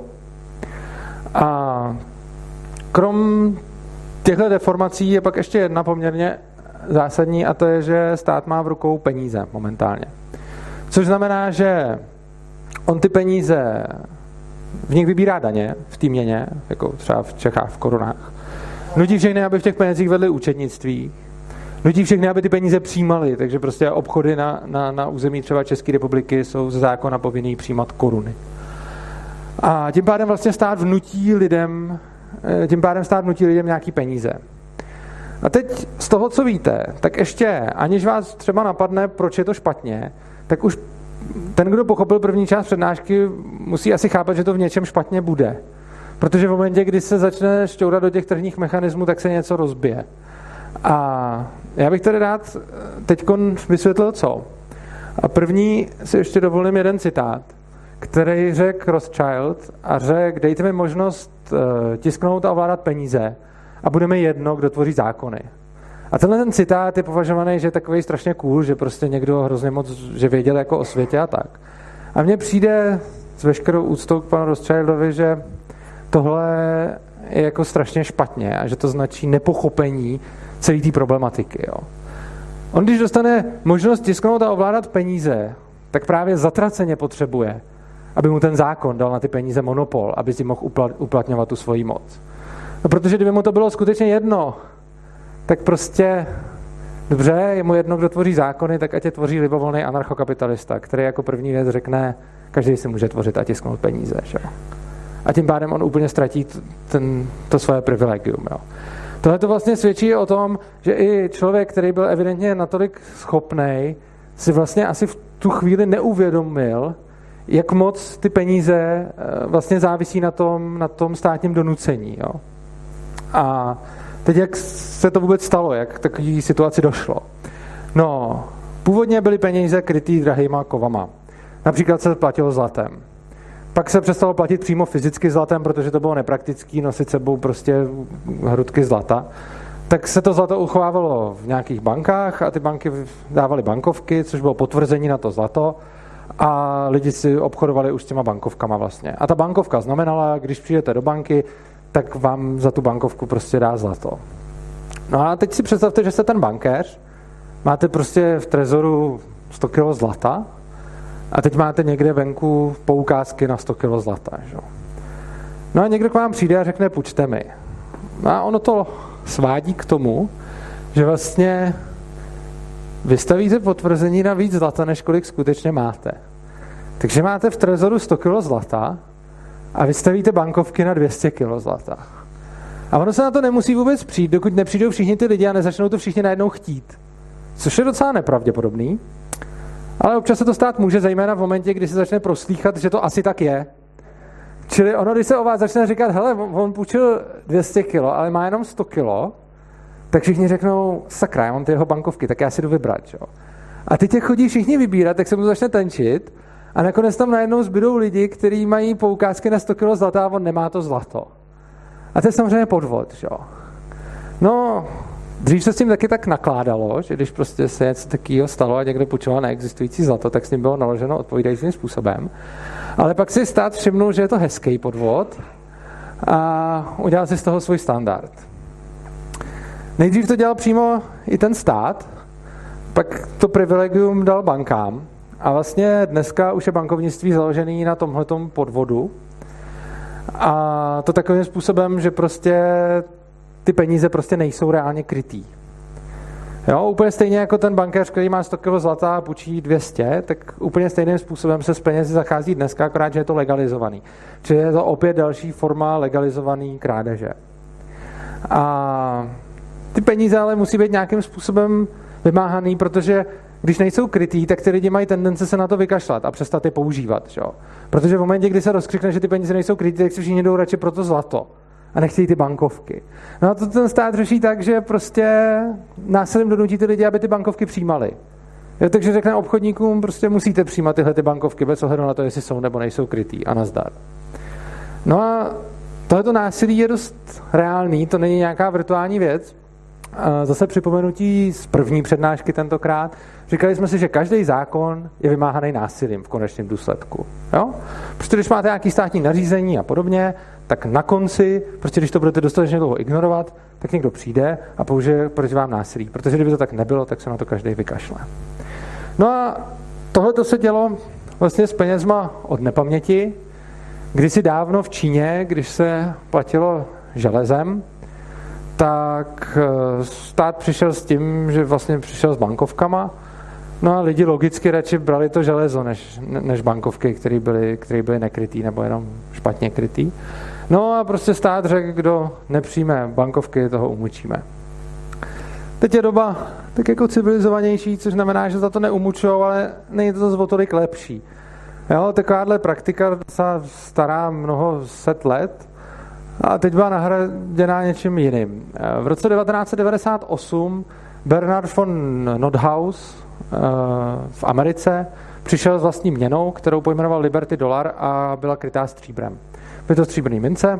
A krom těchto deformací je pak ještě jedna poměrně zásadní a to je, že stát má v rukou peníze momentálně. Což znamená, že on ty peníze v nich vybírá daně v té měně, jako třeba v Čechách v korunách. Nutí všechny, aby v těch penězích vedli účetnictví. Nutí všechny, aby ty peníze přijímali, takže prostě obchody na území třeba České republiky jsou ze zákona povinný přijímat koruny. A tím pádem vlastně stát vnutí lidem nějaký peníze. A teď z toho, co víte, tak ještě, aniž vás třeba napadne, proč je to špatně, tak už ten, kdo pochopil první část přednášky, musí asi chápat, že to v něčem špatně bude. Protože v momentě, kdy se začne šťourat do těch tržních mechanismů, tak se něco rozbije. A já bych tady rád teďkon vysvětlil co. A první si ještě dovolím jeden citát, který řekl Rothschild a řekl, dejte mi možnost tisknout a ovládat peníze a budeme jedno, kdo tvoří zákony. A tenhle ten citát je považovaný, že je takový strašně cool, že prostě někdo hrozně moc, že věděl jako o světě a tak. A mně přijde s veškerou úctou k panu Rothschildovi, že tohle je jako strašně špatně a že to značí nepochopení celé té problematiky. Jo. On, když dostane možnost tisknout a ovládat peníze, tak právě zatraceně potřebuje, aby mu ten zákon dal na ty peníze monopol, aby si mohl uplatňovat tu svoji moc. No, protože kdyby mu to bylo skutečně jedno, tak prostě dobře, je mu jedno, kdo tvoří zákony, tak ať je tvoří libovolný anarchokapitalista, který jako první věc řekne, každý si může tvořit a tisknout peníze. Že? A tím pádem on úplně ztratí to svoje privilegium. Jo. Tohle to vlastně svědčí o tom, že i člověk, který byl evidentně natolik schopnej, si vlastně asi v tu chvíli neuvědomil, jak moc ty peníze vlastně závisí na tom státním donucení. Jo. A teď jak se to vůbec stalo, jak k takové situaci došlo? No, původně byly peníze krytý drahýma kovama. Například se platilo zlatem. Pak se přestalo platit přímo fyzicky zlatem, protože to bylo nepraktický nosit sebou prostě hrudky zlata. Tak se to zlato uchovávalo v nějakých bankách a ty banky dávaly bankovky, což bylo potvrzení na to zlato a lidi si obchodovali už s těma bankovkama vlastně. A ta bankovka znamenala, když přijdete do banky, tak vám za tu bankovku prostě dá zlato. No a teď si představte, že jste ten bankéř, máte prostě v trezoru 100 kg zlata a teď máte někde venku poukázky na 100 kg zlata. Že? No a někdo k vám přijde a řekne, půjčte mi. No a ono to svádí k tomu, že vlastně vystavíte potvrzení na víc zlata, než kolik skutečně máte. Takže máte v trezoru 100 kg zlata a vystavíte bankovky na 200 kg zlata. A ono se na to nemusí vůbec přijít, dokud nepřijdou všichni ty lidi a nezačnou to všichni najednou chtít. Což je docela nepravděpodobný, ale občas se to stát může, zejména v momentě, kdy se začne proslýchat, že to asi tak je. Čili ono, když se o vás začne říkat, hele, on půjčil 200 kg, ale má jenom 100 kg, tak všichni řeknou, sakra, já mám ty jeho bankovky, tak já si jdu vybrat. Jo. A teď, jak chodí všichni vybírat, tak se mu začne tenčit a nakonec tam najednou zbydou lidi, kteří mají poukázky na 100 kg zlata a on nemá to zlato. A to je samozřejmě podvod. Jo. No, dřív se s tím taky tak nakládalo, že když prostě se něco takového stalo a někdo půjčoval neexistující zlato, tak s ním bylo naloženo odpovídajícím způsobem. Ale pak si stát všimnul, že je to hezký podvod a udělal si z toho svůj standard. Nejdřív to dělal přímo i ten stát, pak to privilegium dal bankám a vlastně dneska už je bankovnictví založený na tomhletom podvodu a to takovým způsobem, že prostě ty peníze prostě nejsou reálně krytý. Jo, úplně stejně jako ten bankéř, který má 100 kg zlata a půjčí 200, tak úplně stejným způsobem se s penězi zachází dneska, akorát, že je to legalizovaný. Čili je to opět další forma legalizovaný krádeže. A ty peníze ale musí být nějakým způsobem vymáhaný, protože když nejsou krytý, tak ty lidi mají tendence se na to vykašlat a přestat je používat. Jo? Protože v momentě, kdy se rozkřikne, že ty peníze nejsou krytý, tak si všichni jdou radši pro to zlato a nechtějí ty bankovky. No a to ten stát řeší tak, že prostě násilím donutí ty lidi, aby ty bankovky přijímali. Jo, takže řekne obchodníkům, prostě musíte přijímat tyhle ty bankovky bez ohledu na to, jestli jsou nebo nejsou krytý a nazdar. No a tohleto násilí je dost reálný, to není nějaká virtuální věc. A zase připomenutí z první přednášky tentokrát. Říkali jsme si, že každý zákon je vymáhaný násilím v konečném důsledku. Jo? Protože když máte nějaké státní nařízení a podobně, tak na konci, prostě když to budete dostatečně dlouho ignorovat, tak někdo přijde a použije proti vám násilí. Protože kdyby to tak nebylo, tak se na to každý vykašle. No a tohle to se dělo vlastně s penězma od nepaměti. Kdysi dávno v Číně, když se platilo železem, tak stát přišel s tím, že vlastně přišel s bankovkama, no a lidi logicky radši brali to železo, než bankovky, které byly nekrytý nebo jenom špatně krytý. No a prostě stát řekl, kdo nepřijme bankovky, toho umučíme. Teď je doba tak jako civilizovanější, což znamená, že za to neumučujou, ale není to o tolik lepší. Jo, takováhle praktika se stará mnoho set let, a teď byla nahraděná něčím jiným. V roce 1998 Bernard von Nothaus v Americe, přišel s vlastní měnou, kterou pojmenoval Liberty Dollar a byla krytá stříbrem. Byly to stříbrné mince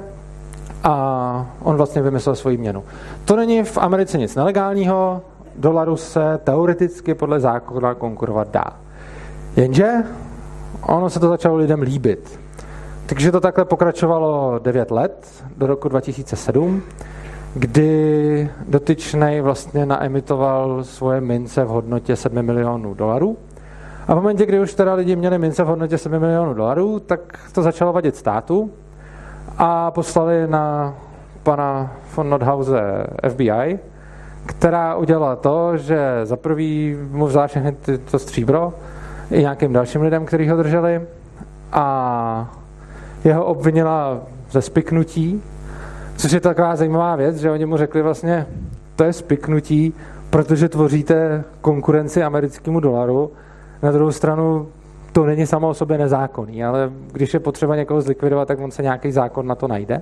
a on vlastně vymyslel svoji měnu. To není v Americe nic nelegálního, dolaru se teoreticky podle zákona konkurovat dá. Jenže ono se to začalo lidem líbit. Takže to takhle pokračovalo 9 let, do roku 2007, kdy dotyčnej vlastně naemitoval svoje mince v hodnotě $7 milionů. A v momentě, kdy už teda lidi měli mince v hodnotě $7 milionů, tak to začalo vadit státu a poslali na pana von Nordhause FBI, která udělala to, že za prvý mu vzala všechny to stříbro i nějakým dalším lidem, kteří ho drželi, a jeho obvinila ze spiknutí, což je taková zajímavá věc, že oni mu řekli vlastně, to je spiknutí, protože tvoříte konkurenci americkému dolaru. Na druhou stranu to není samo o sobě nezákonný, ale když je potřeba někoho zlikvidovat, tak on se nějaký zákon na to najde.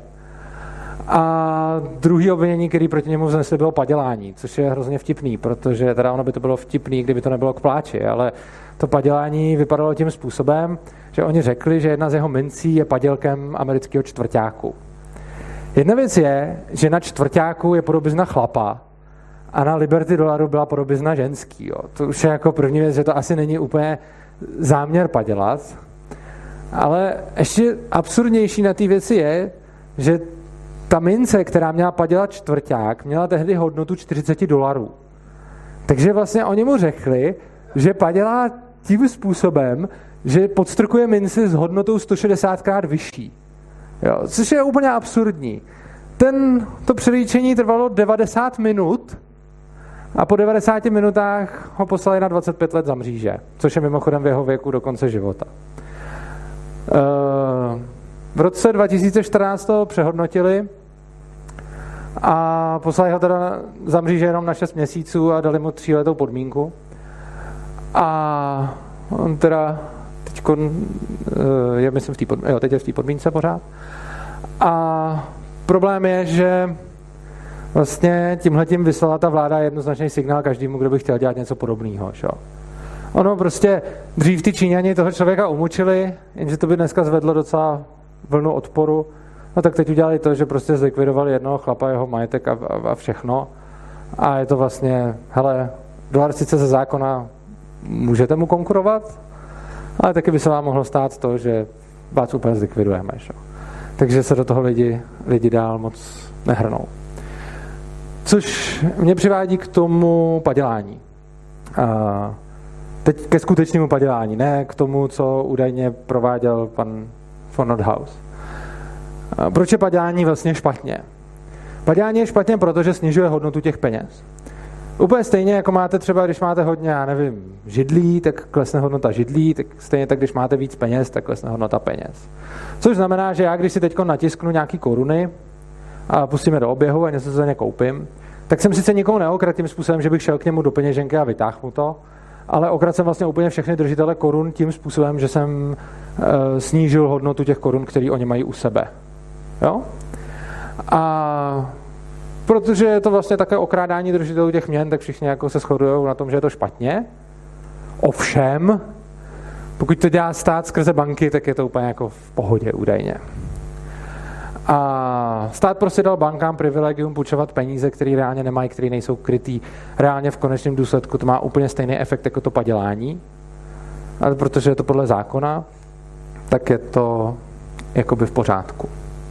A druhý obvinění, který proti němu vznesli, bylo padělání, což je hrozně vtipný, protože teda ono by to bylo vtipný, kdyby to nebylo k pláči, ale to padělání vypadalo tím způsobem, že oni řekli, že jedna z jeho mincí je padělkem amerického čtvrťáku. Jedna věc je, že na čtvrťáku je podobizna chlapa a na Liberty Dollaru byla podobizna ženský. Jo. To už je jako první věc, že to asi není úplně záměr padělat, ale ještě absurdnější na té věci je, že ta mince, která měla padělat čtvrťák, měla tehdy hodnotu $40. Takže vlastně oni mu řekli, že padělá tím způsobem, že podstrkuje minci s hodnotou 160krát vyšší. Jo, což je úplně absurdní. To přelíčení trvalo 90 minut a po 90 minutách ho poslali na 25 let za mříže, což je mimochodem v jeho věku do konce života. V roce 2014 to přehodnotili a poslali ho teda za mříže jenom na 6 měsíců a dali mu 3letou podmínku. A on teda teďko je, myslím, teď je v té podmínce pořád. A problém je, že vlastně tímhletím vyslala ta vláda jednoznačný signál každému, kdo by chtěl dělat něco podobného. Ono prostě dřív ty Číňani toho člověka umučili, jenže to by dneska zvedlo docela vlnu odporu. No tak teď udělali to, že prostě zlikvidovali jednoho chlapa, jeho majetek a všechno. A je to vlastně, hele, dolar sice ze zákona můžete mu konkurovat, ale taky by se vám mohlo stát to, že vás úplně zlikvidujeme. Takže se do toho lidi dál moc nehrnou. Což mě přivádí k tomu padělání. Teď ke skutečnému padělání, ne k tomu, co údajně prováděl pan von Nordhaus. Proč je padělání vlastně špatně? Padělání je špatně, protože snižuje hodnotu těch peněz. Úplně stejně, jako máte třeba, když máte hodně, já nevím, židlí, tak klesne hodnota židlí, tak stejně tak, když máte víc peněz, tak klesne hodnota peněz. Což znamená, že já, když si teď natisknu nějaký koruny a pustíme do oběhu a něco za ně koupím, tak jsem sice nikoho neokradl tím způsobem, že bych šel k němu do peněženky a vytáhl mu to, ale okradl jsem vlastně úplně všechny držitele korun tím způsobem, že jsem snížil hodnotu těch korun, které oni mají u sebe. Jo? A protože je to vlastně také okrádání držitelů těch měn, tak všichni jako se shodují na tom, že je to špatně. Ovšem, pokud to dělá stát skrze banky, tak je to úplně jako v pohodě údajně. A stát prostě dal bankám privilegium půjčovat peníze, které reálně nemají, které nejsou krytý. Reálně v konečném důsledku to má úplně stejný efekt jako to padělání. Ale protože je to podle zákona, tak je to jakoby v pořádku.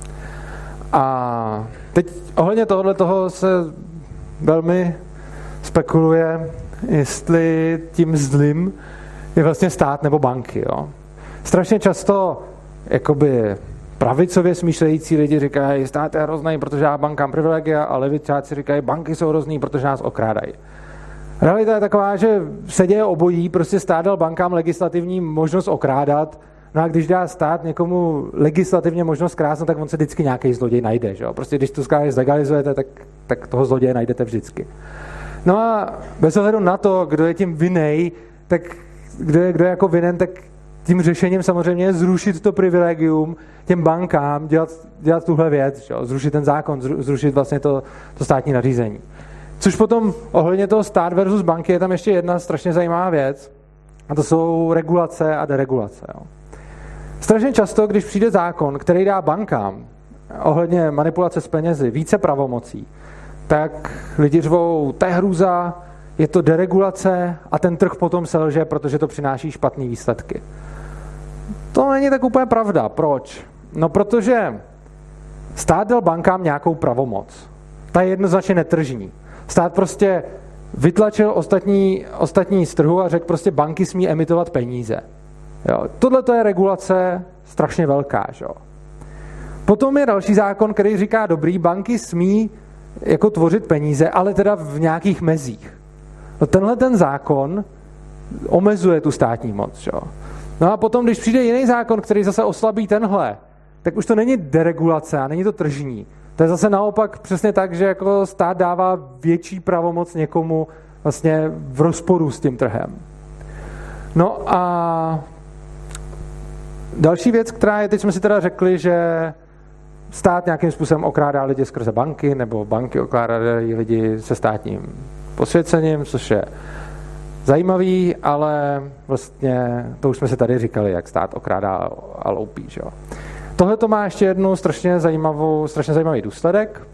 A teď ohledně toho se velmi spekuluje, jestli tím zlým je vlastně stát nebo banky. Jo? Strašně často jakoby pravicově smýšlející lidi říkají, stát je hrozný, protože já bankám privilegia, a levičáci říkají, banky jsou hrozný, protože nás okrádají. Realita je taková, že se děje obojí, prostě stát dal bankám legislativní možnost okrádat. No a když dá stát někomu legislativně možnost krásnout, tak on se vždycky nějaký zloděj najde. Že jo? Prostě když to zlegalizujete, tak toho zloděje najdete vždycky. No a bez ohledu na to, kdo je tím vinnej, tak kdo je jako vinen, tak tím řešením samozřejmě je zrušit to privilegium těm bankám, dělat tuhle věc, že jo? Zrušit ten zákon, zrušit vlastně to státní nařízení. Což potom ohledně toho stát versus banky je tam ještě jedna strašně zajímavá věc, a to jsou regulace a deregulace. Jo. Strašně často, když přijde zákon, který dá bankám ohledně manipulace s penězi více pravomocí, tak lidi řvou, to je hrůza, je to deregulace a ten trh potom selže, protože to přináší špatné výsledky. To není tak úplně pravda. Proč? No protože stát dal bankám nějakou pravomoc. Ta je jednoznačně netržní. Stát prostě vytlačil ostatní z trhu a řekl prostě banky smí emitovat peníze. Tohle to je regulace strašně velká. Že? Potom je další zákon, který říká, dobrý, banky smí jako tvořit peníze, ale teda v nějakých mezích. No tenhle ten zákon omezuje tu státní moc. Že? No a potom, když přijde jiný zákon, který zase oslabí tenhle, tak už to není deregulace a není to tržní. To je zase naopak přesně tak, že jako stát dává větší pravomoc někomu vlastně v rozporu s tím trhem. No a další věc, která je, teď jsme si teda řekli, že stát nějakým způsobem okrádá lidi skrze banky, nebo banky okrádají lidi se státním posvěcením, což je zajímavý, ale vlastně to už jsme si tady říkali, jak stát okrádá a loupí. Že? Tohle to má ještě jednu strašně zajímavý důsledek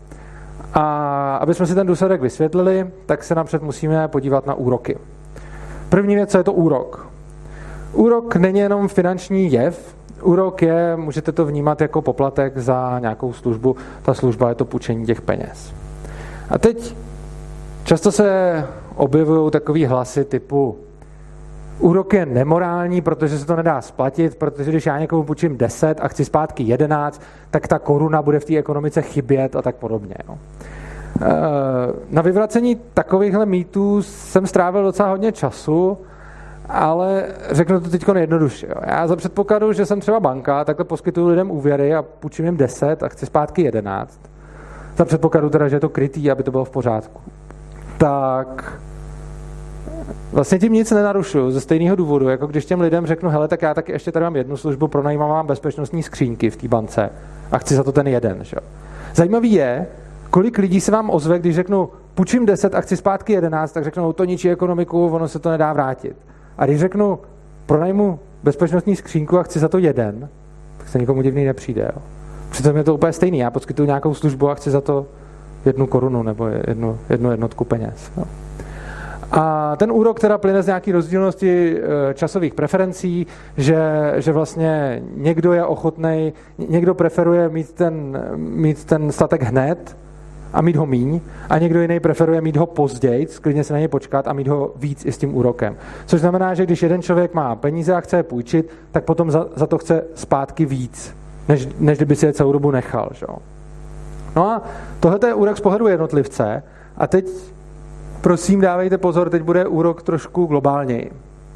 a aby jsme si ten důsledek vysvětlili, tak se napřed musíme podívat na úroky. První věc, co je to úrok. Úrok není jenom finanční jev, úrok je, můžete to vnímat jako poplatek za nějakou službu, ta služba je to půjčení těch peněz. A teď často se objevují takový hlasy typu úrok je nemorální, protože se to nedá splatit, protože když já někomu půjčím 10 a chci zpátky 11, tak ta koruna bude v té ekonomice chybět a tak podobně. No. Na vyvracení takovýchhle mýtů jsem strávil docela hodně času, ale řeknu to teď jednoduše. Jo. Já za předpokladu, že jsem třeba banka, takhle poskytuju lidem úvěry a půjčím jim 10 a chci zpátky 11. Za předpokladu teda, že je to krytý, aby to bylo v pořádku. Tak vlastně tím nic nenarušuju ze stejného důvodu, jako když těm lidem řeknu, hele, tak já taky ještě tady mám jednu službu, pronajímám vám bezpečnostní skřínky v té bance a chci za to ten jeden. Že? Zajímavý je, kolik lidí se vám ozve, když řeknu, půjčím 10 a chci zpátky 11, tak řeknou, to ničí ekonomiku, ono se to nedá vrátit. A když řeknu, pronajmu bezpečnostní skřínku a chci za to jeden, tak se nikomu divný nepřijde. Jo? Přitom je to úplně stejný, já poskytuju nějakou službu a chci za to 1 korunu nebo jednu jednotku peněz. Jo? A ten úrok teda plyne z nějaký rozdílnosti časových preferencí, že vlastně někdo je ochotnej, někdo preferuje mít ten statek hned a mít ho míň, a někdo jiný preferuje mít ho později, klidně se na něj počkat a mít ho víc i s tím úrokem. Což znamená, že když jeden člověk má peníze a chce je půjčit, tak potom za to chce zpátky víc, než kdyby si je celou dobu nechal. Že? No a tohle je úrok z pohledu jednotlivce a teď prosím, dávejte pozor, teď bude úrok trošku globálněji.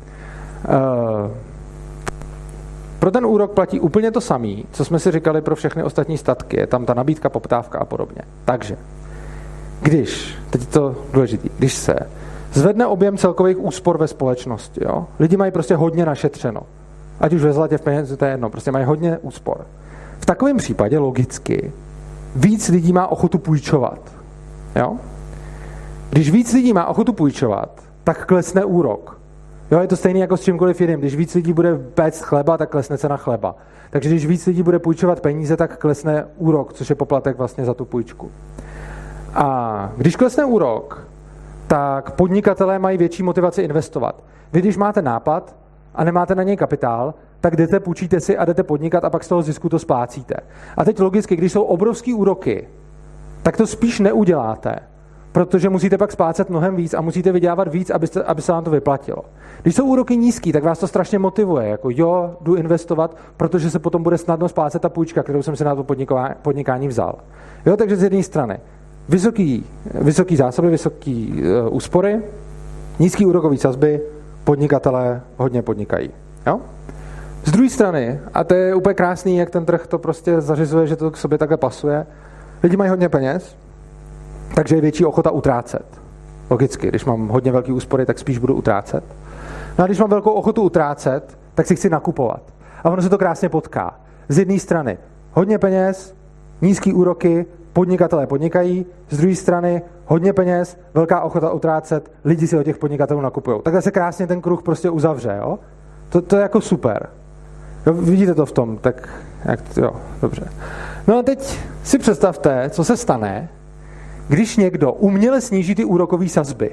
Pro ten úrok platí úplně to samé, co jsme si říkali pro všechny ostatní statky. Je tam ta nabídka, poptávka a podobně. Takže, teď je to důležité, když se zvedne objem celkových úspor ve společnosti, jo? Lidi mají prostě hodně našetřeno. Ať už ve zlatě, v penězi, to je jedno, prostě mají hodně úspor. V takovém případě logicky víc lidí má ochotu půjčovat. Jo? Když víc lidí má ochotu půjčovat, tak klesne úrok. Jo, je to stejné jako s čímkoliv jiným. Když víc lidí bude péct chleba, tak klesne cena chleba. Takže když víc lidí bude půjčovat peníze, tak klesne úrok, což je poplatek vlastně za tu půjčku. A když klesne úrok, tak podnikatelé mají větší motivaci investovat. Vy, když máte nápad a nemáte na něj kapitál, tak jdete, půjčíte si a jdete podnikat a pak z toho zisku to splácíte. A teď logicky, když jsou obrovský úroky, tak to spíš neuděláte, protože musíte pak splácet mnohem víc a musíte vydělávat víc, aby se vám to vyplatilo. Když jsou úroky nízký, tak vás to strašně motivuje, jako jo, jdu investovat, protože se potom bude snadno splácet ta půjčka, kterou jsem si na to podnikání vzal. Jo, takže z jedné strany vysoký zásoby, vysoký úspory, nízký úrokový sazby, podnikatelé hodně podnikají. Jo? Z druhé strany, a to je úplně krásný, jak ten trh to prostě zařizuje, že to k sobě takhle pasuje, lidi mají hodně peněz, takže je větší ochota utrácet. Logicky, když mám hodně velký úspory, tak spíš budu utrácet. No a když mám velkou ochotu utrácet, tak si chci nakupovat. A ono se to krásně potká. Z jedné strany hodně peněz, nízký úroky, podnikatelé podnikají, z druhé strany hodně peněz, velká ochota utrácet, lidi si od těch podnikatelů nakupují. Takhle se krásně ten kruh prostě uzavře, jo? To je jako super. Jo, vidíte to v tom, tak jo, dobře. No a teď si představte, co se stane, když někdo uměle sníží ty úrokové sazby.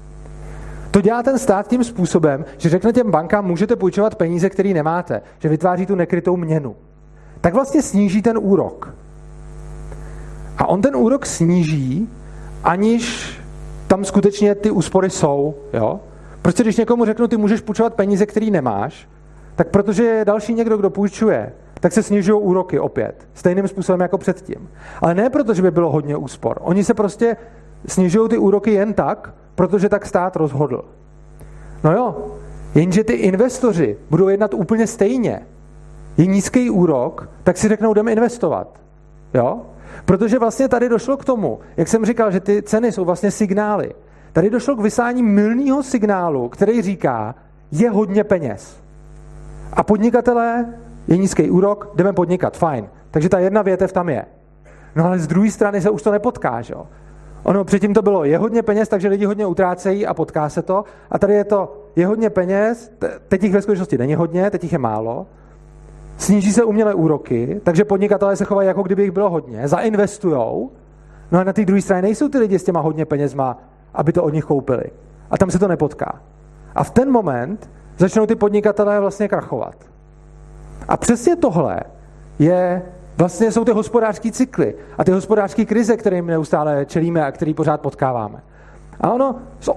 To dělá ten stát tím způsobem, že řekne těm bankám, můžete půjčovat peníze, které nemáte, že vytváří tu nekrytou měnu. Tak vlastně sníží ten úrok. A on ten úrok sníží, aniž tam skutečně ty úspory jsou. Jo? Prostě když někomu řeknu, ty můžeš půjčovat peníze, které nemáš, tak protože je další někdo, kdo půjčuje, tak se snižují úroky opět. Stejným způsobem jako předtím. Ale ne proto, že by bylo hodně úspor. Oni se prostě snižují ty úroky jen tak, protože tak stát rozhodl. No jo, jenže ty investoři budou jednat úplně stejně. Je nízký úrok, tak si řeknou, jdeme investovat. Jo? Protože vlastně tady došlo k tomu, jak jsem říkal, že ty ceny jsou vlastně signály. Tady došlo k vysání mylného signálu, který říká, je hodně peněz. A podnikatelé, je nízký úrok, jdeme podnikat, fajn. Takže ta jedna větev tam je. No ale z druhé strany se už to nepotká, že jo? Ono předtím to bylo, je hodně peněz, takže lidi hodně utrácejí a potká se to. A tady je to, je hodně peněz, teď jich ve skutečnosti není hodně, teď jich je málo. Sníží se umělé úroky, takže podnikatelé se chovají, jako kdyby jich bylo hodně, zainvestujou. No a na té druhé straně nejsou ty lidi s těma hodně penězma, aby to od nich koupili. A tam se to nepotká. A v ten moment začnou ty podnikatelé vlastně krachovat. A přesně tohle vlastně jsou ty hospodářské cykly a ty hospodářské krize, kterým neustále čelíme a který pořád potkáváme. A ono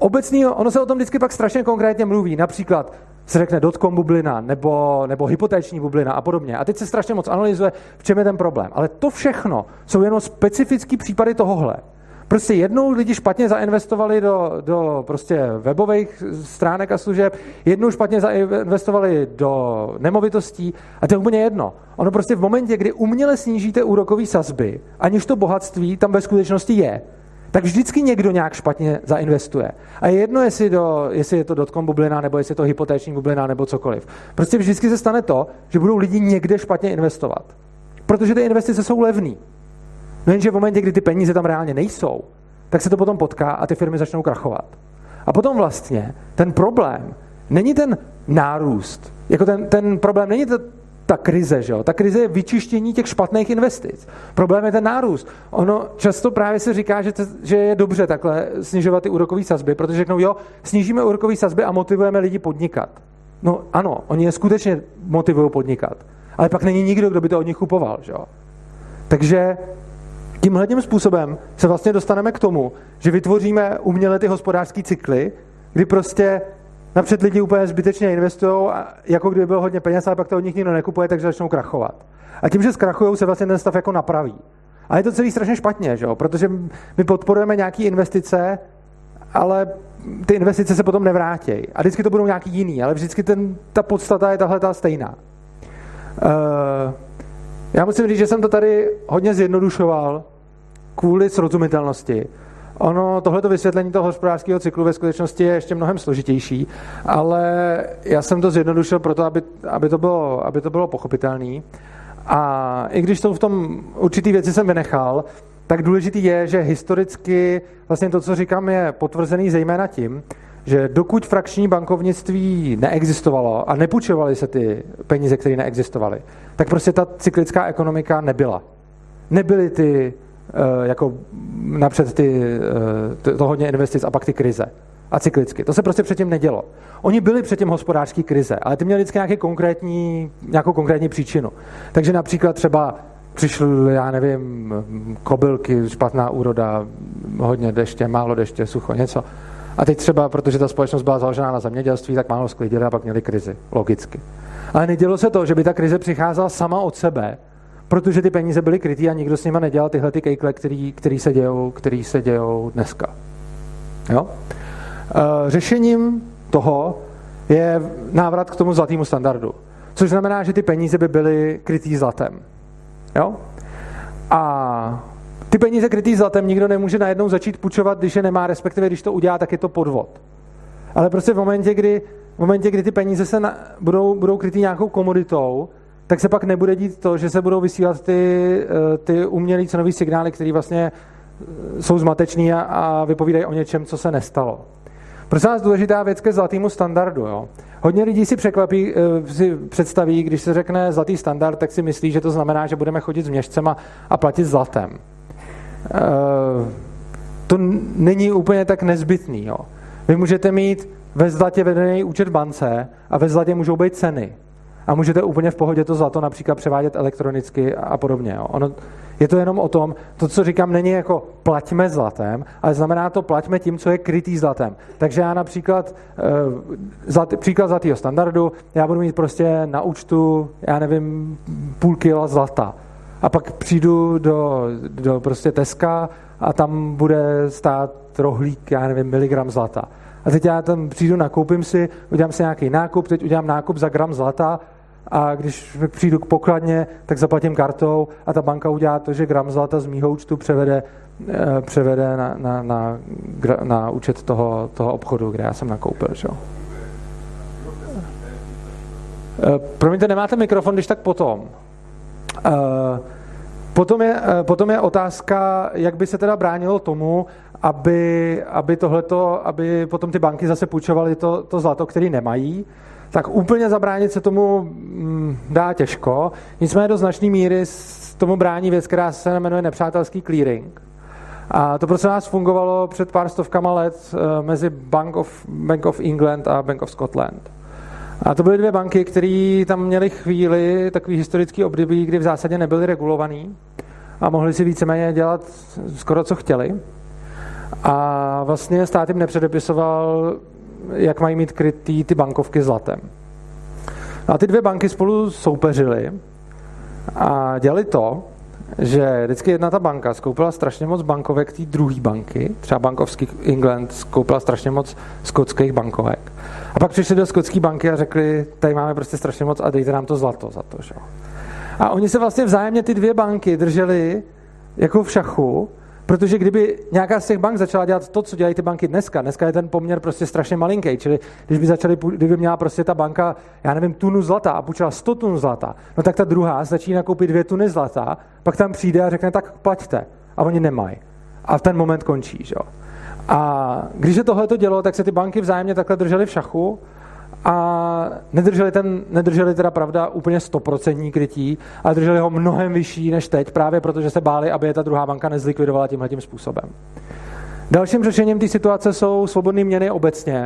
se o tom vždycky pak strašně konkrétně mluví. Například se řekne dotcom bublina nebo hypotéční bublina a podobně. A teď se strašně moc analyzuje, v čem je ten problém. Ale to všechno jsou jenom specifický případy tohohle. Prostě jednou lidi špatně zainvestovali do prostě webových stránek a služeb, jednou špatně zainvestovali do nemovitostí a to je úplně jedno. Ono prostě v momentě, kdy uměle snížíte úrokové sazby, aniž to bohatství tam ve skutečnosti je, tak vždycky někdo nějak špatně zainvestuje. A je jedno, jestli je to dotcom bublina, nebo jestli je to hypotéční bublina, nebo cokoliv. Prostě vždycky se stane to, že budou lidi někde špatně investovat. Protože ty investice jsou levný. No jenže v momentě, kdy ty peníze tam reálně nejsou, tak se to potom potká a ty firmy začnou krachovat. A potom vlastně ten problém není ten nárůst. Jako ten problém není ta krize, že jo? Ta krize je vyčištění těch špatných investic. Problém je ten nárůst. Ono často právě se říká, že je dobře takhle snižovat ty úrokové sazby, protože řeknou, jo, snížíme úrokové sazby a motivujeme lidi podnikat. No ano, oni je skutečně motivují podnikat. Ale pak není nikdo, kdo by to od nich kupoval, že jo? Takže tímhletím způsobem se vlastně dostaneme k tomu, že vytvoříme uměle ty hospodářské cykly, kdy prostě napřed lidi úplně zbytečně investují, jako kdyby bylo hodně peněz, ale pak to od nich nikdo nekupuje, takže začnou krachovat. A tím, že zkrachujou, se vlastně ten stav jako napraví. A je to celý strašně špatně, že jo? Protože my podporujeme nějaké investice, ale ty investice se potom nevrátí. A vždycky to budou nějaký jiný, ale vždycky ta podstata je tahle stejná. Já musím říct, že jsem to tady hodně zjednodušoval kvůli srozumitelnosti. Tohleto vysvětlení toho hospodářského cyklu ve skutečnosti je ještě mnohem složitější, ale já jsem to zjednodušil proto, aby to bylo pochopitelné. A i když to v tom určitý věci jsem vynechal, tak důležitý je, že historicky vlastně to, co říkám, je potvrzený zejména tím, že dokud frakční bankovnictví neexistovalo a nepůjčovaly se ty peníze, které neexistovaly, tak prostě ta cyklická ekonomika nebyla. Nebyly ty jako napřed to hodně investic a pak ty krize. A cyklicky. To se prostě předtím nedělo. Oni byli předtím hospodářské krize, ale ty měli vždycky nějakou konkrétní příčinu. Takže například třeba přišly, já nevím, kobylky, špatná úroda, hodně deště, málo deště, sucho, něco. A teď třeba, protože ta společnost byla založená na zemědělství, tak málo sklidili a pak měli krizi. Logicky. Ale nedělo se to, že by ta krize přicházela sama od sebe, protože ty peníze byly krytý a nikdo s nima nedělal tyhle ty kejkle, který se dějou dneska. Jo? Řešením toho je návrat k tomu zlatému standardu. Což znamená, že ty peníze by byly krytý zlatem. Jo? A ty peníze krytý zlatem nikdo nemůže najednou začít půjčovat, když je nemá, respektive když to udělá, tak je to podvod. Ale prostě v momentě, kdy ty peníze budou krytý nějakou komoditou, tak se pak nebude dít to, že se budou vysílat ty umělý cenový signály, které vlastně jsou zmatečný a vypovídají o něčem, co se nestalo. Pro nás důležitá věc ke zlatému standardu. Jo. Hodně lidí si představí, když se řekne zlatý standard, tak si myslí, že to znamená, že budeme chodit s měšcem a platit zlatem. To není úplně tak nezbytný. Jo. Vy můžete mít ve zlatě vedený účet v bance a ve zlatě můžou být ceny. A můžete úplně v pohodě to zlato například převádět elektronicky a podobně. Jo. Je to jenom o tom, to, co říkám, není jako plaťme zlatem, ale znamená to plaťme tím, co je krytý zlatem. Takže já například, příklad zlatého standardu, já budu mít prostě na účtu, já nevím, 0,5 kila zlata. A pak přijdu do prostě Teska a tam bude stát rohlík, já nevím, miligram zlata. A teď já tam přijdu, nakoupím si, udělám si nějaký nákup, teď udělám nákup za gram zlata a když přijdu k pokladně, tak zaplatím kartou a ta banka udělá to, že gram zlata z mýho účtu převede na účet toho obchodu, kde já jsem nakoupil. Že? Promiňte, nemáte mikrofon, když tak potom. Potom je otázka, jak by se teda bránilo tomu, aby potom ty banky zase půjčovaly to zlato, který nemají. Tak úplně zabránit se tomu dá těžko. Nicméně do značné míry tomu brání věc, která se jmenuje nepřátelský clearing. A to prostě nás fungovalo před pár stovkama let mezi Bank of England a Bank of Scotland. A to byly dvě banky, které tam měly chvíli, takový historický období, kdy v zásadě nebyly regulovaný a mohli si víceméně dělat skoro co chtěli. A vlastně stát jim nepředepisoval, jak mají mít krytý ty bankovky zlatem. A ty dvě banky spolu soupeřily a dělali to, že vždycky jedna ta banka skoupila strašně moc bankovek té druhé banky, třeba Bank of England skoupila strašně moc skotských bankovek. A pak přišli do skotské banky a řekli, tady máme prostě strašně moc a dejte nám to zlato za to. Že? A oni se vlastně vzájemně ty dvě banky drželi jako v šachu, protože kdyby nějaká z těch bank začala dělat to, co dělají ty banky dneska je ten poměr prostě strašně malinký, čili kdyby měla prostě ta banka, já nevím, tunu zlata a půjčila 100 tun zlata, no tak ta druhá začíná koupit 2 tuny zlata, pak tam přijde a řekne, tak plaťte. A oni nemají. A v ten moment končí, že? A když se tohle to dělo, tak se ty banky vzájemně takhle držely v šachu a nedrželi teda pravda úplně 100% krytí, ale drželi ho mnohem vyšší než teď, právě protože se báli, aby je ta druhá banka nezlikvidovala tímhletím způsobem. Dalším řešením té situace jsou svobodné měny obecně,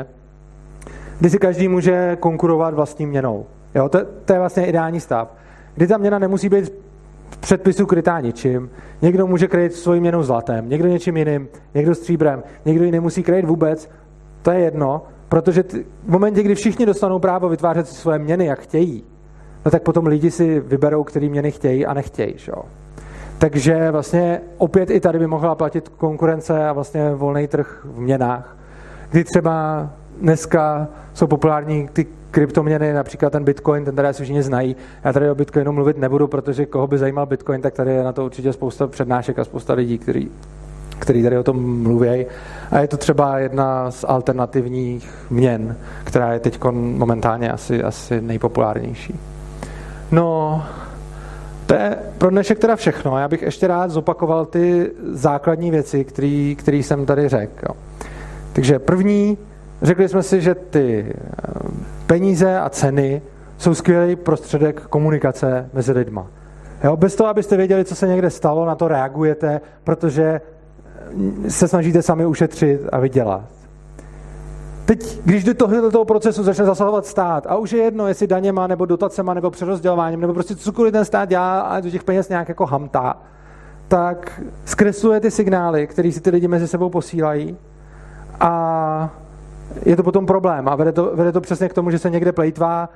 kdy si každý může konkurovat vlastní měnou. Jo, to je vlastně ideální stav, kdy ta měna nemusí být v předpisu krytá ničím. Někdo může kryt svoji měnou zlatem, někdo něčím jiným, někdo stříbrem, někdo ji nemusí kryt vůbec, to je jedno, protože v momentě, kdy všichni dostanou právo vytvářet si svoje měny, jak chtějí, no tak potom lidi si vyberou, který měny chtějí a nechtějí. Že? Takže vlastně opět i tady by mohla platit konkurence a vlastně volný trh v měnách, kdy třeba dneska jsou populární ty kryptoměny, například ten Bitcoin, ten tady asi všichni znají. Já tady o Bitcoinu mluvit nebudu, protože koho by zajímal Bitcoin, tak tady je na to určitě spousta přednášek a spousta lidí, který tady o tom mluví. A je to třeba jedna z alternativních měn, která je teď momentálně asi nejpopulárnější. No, to je pro dnešek teda všechno. Já bych ještě rád zopakoval ty základní věci, které jsem tady řekl. Takže první, řekli jsme si, že ty peníze a ceny jsou skvělý prostředek komunikace mezi lidma. Jo, bez toho, abyste věděli, co se někde stalo, na to reagujete, protože se snažíte sami ušetřit a vydělat. Teď, když do tohoto procesu začne zasahovat stát a už je jedno, jestli daněma, nebo dotacema, nebo přerozdělováním, nebo prostě cokoliv ten stát dělá a do těch peněz nějak jako hamtá, tak zkresluje ty signály, které si ty lidi mezi sebou posílají a je to potom problém a vede to přesně k tomu, že se někde plejtvá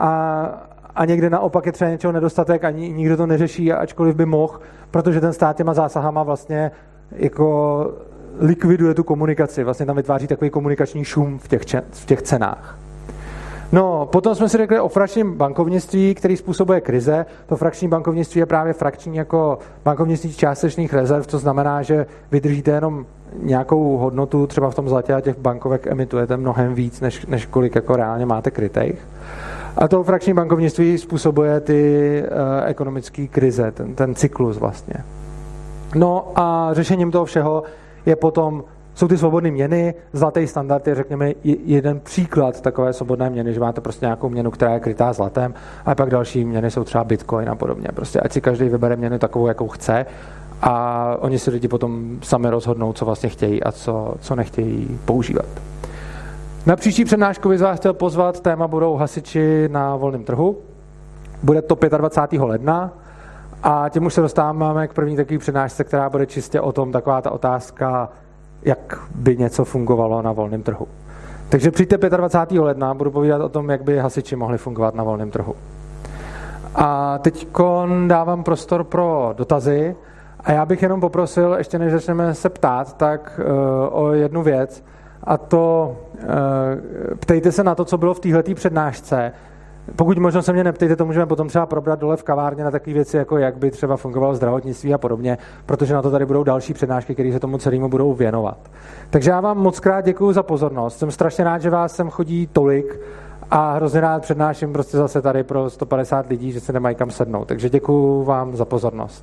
a někde naopak je třeba něčeho nedostatek a nikdo to neřeší, ačkoliv by mohl, protože ten stát těma zásahama vlastně jako likviduje tu komunikaci, vlastně tam vytváří takový komunikační šum v těch cenách. No, potom jsme si řekli o frakčním bankovnictví, který způsobuje krize. To frakční bankovnictví je právě frakční jako bankovnictví částečných rezerv, to znamená, že vydržíte jenom nějakou hodnotu, třeba v tom zlatě a těch bankovek emitujete mnohem víc, než kolik jako reálně máte krytejch. A to frakční bankovnictví způsobuje ty ekonomické krize, ten cyklus vlastně. No a řešením toho všeho je potom, jsou ty svobodné měny, zlatý standard je, řekněme, jeden příklad takové svobodné měny, že máte prostě nějakou měnu, která je krytá zlatem, a pak další měny jsou třeba Bitcoin a podobně. Prostě ať si každý vybere měnu takovou, jakou chce, a oni si lidi potom sami rozhodnou, co vlastně chtějí a co nechtějí používat. Na příští přednášku bych vás chtěl pozvat, téma budou hasiči na volném trhu. Bude to 25. ledna a tím už se dostáváme k první takové přednášce, která bude čistě o tom, taková ta otázka, jak by něco fungovalo na volném trhu. Takže přijďte 25. ledna, budu povídat o tom, jak by hasiči mohli fungovat na volném trhu. A teď dávám prostor pro dotazy a já bych jenom poprosil, ještě než začneme se ptát, tak o jednu věc, a to ptejte se na to, co bylo v téhletý přednášce. Pokud možno se mě neptejte, to můžeme potom třeba probrat dole v kavárně na takové věci, jako jak by třeba fungovalo zdravotnictví a podobně, protože na to tady budou další přednášky, které se tomu celému budou věnovat. Takže já vám moc krát děkuju za pozornost. Jsem strašně rád, že vás sem chodí tolik a hrozně rád přednáším prostě zase tady pro 150 lidí, že se nemají kam sednout. Takže děkuju vám za pozornost.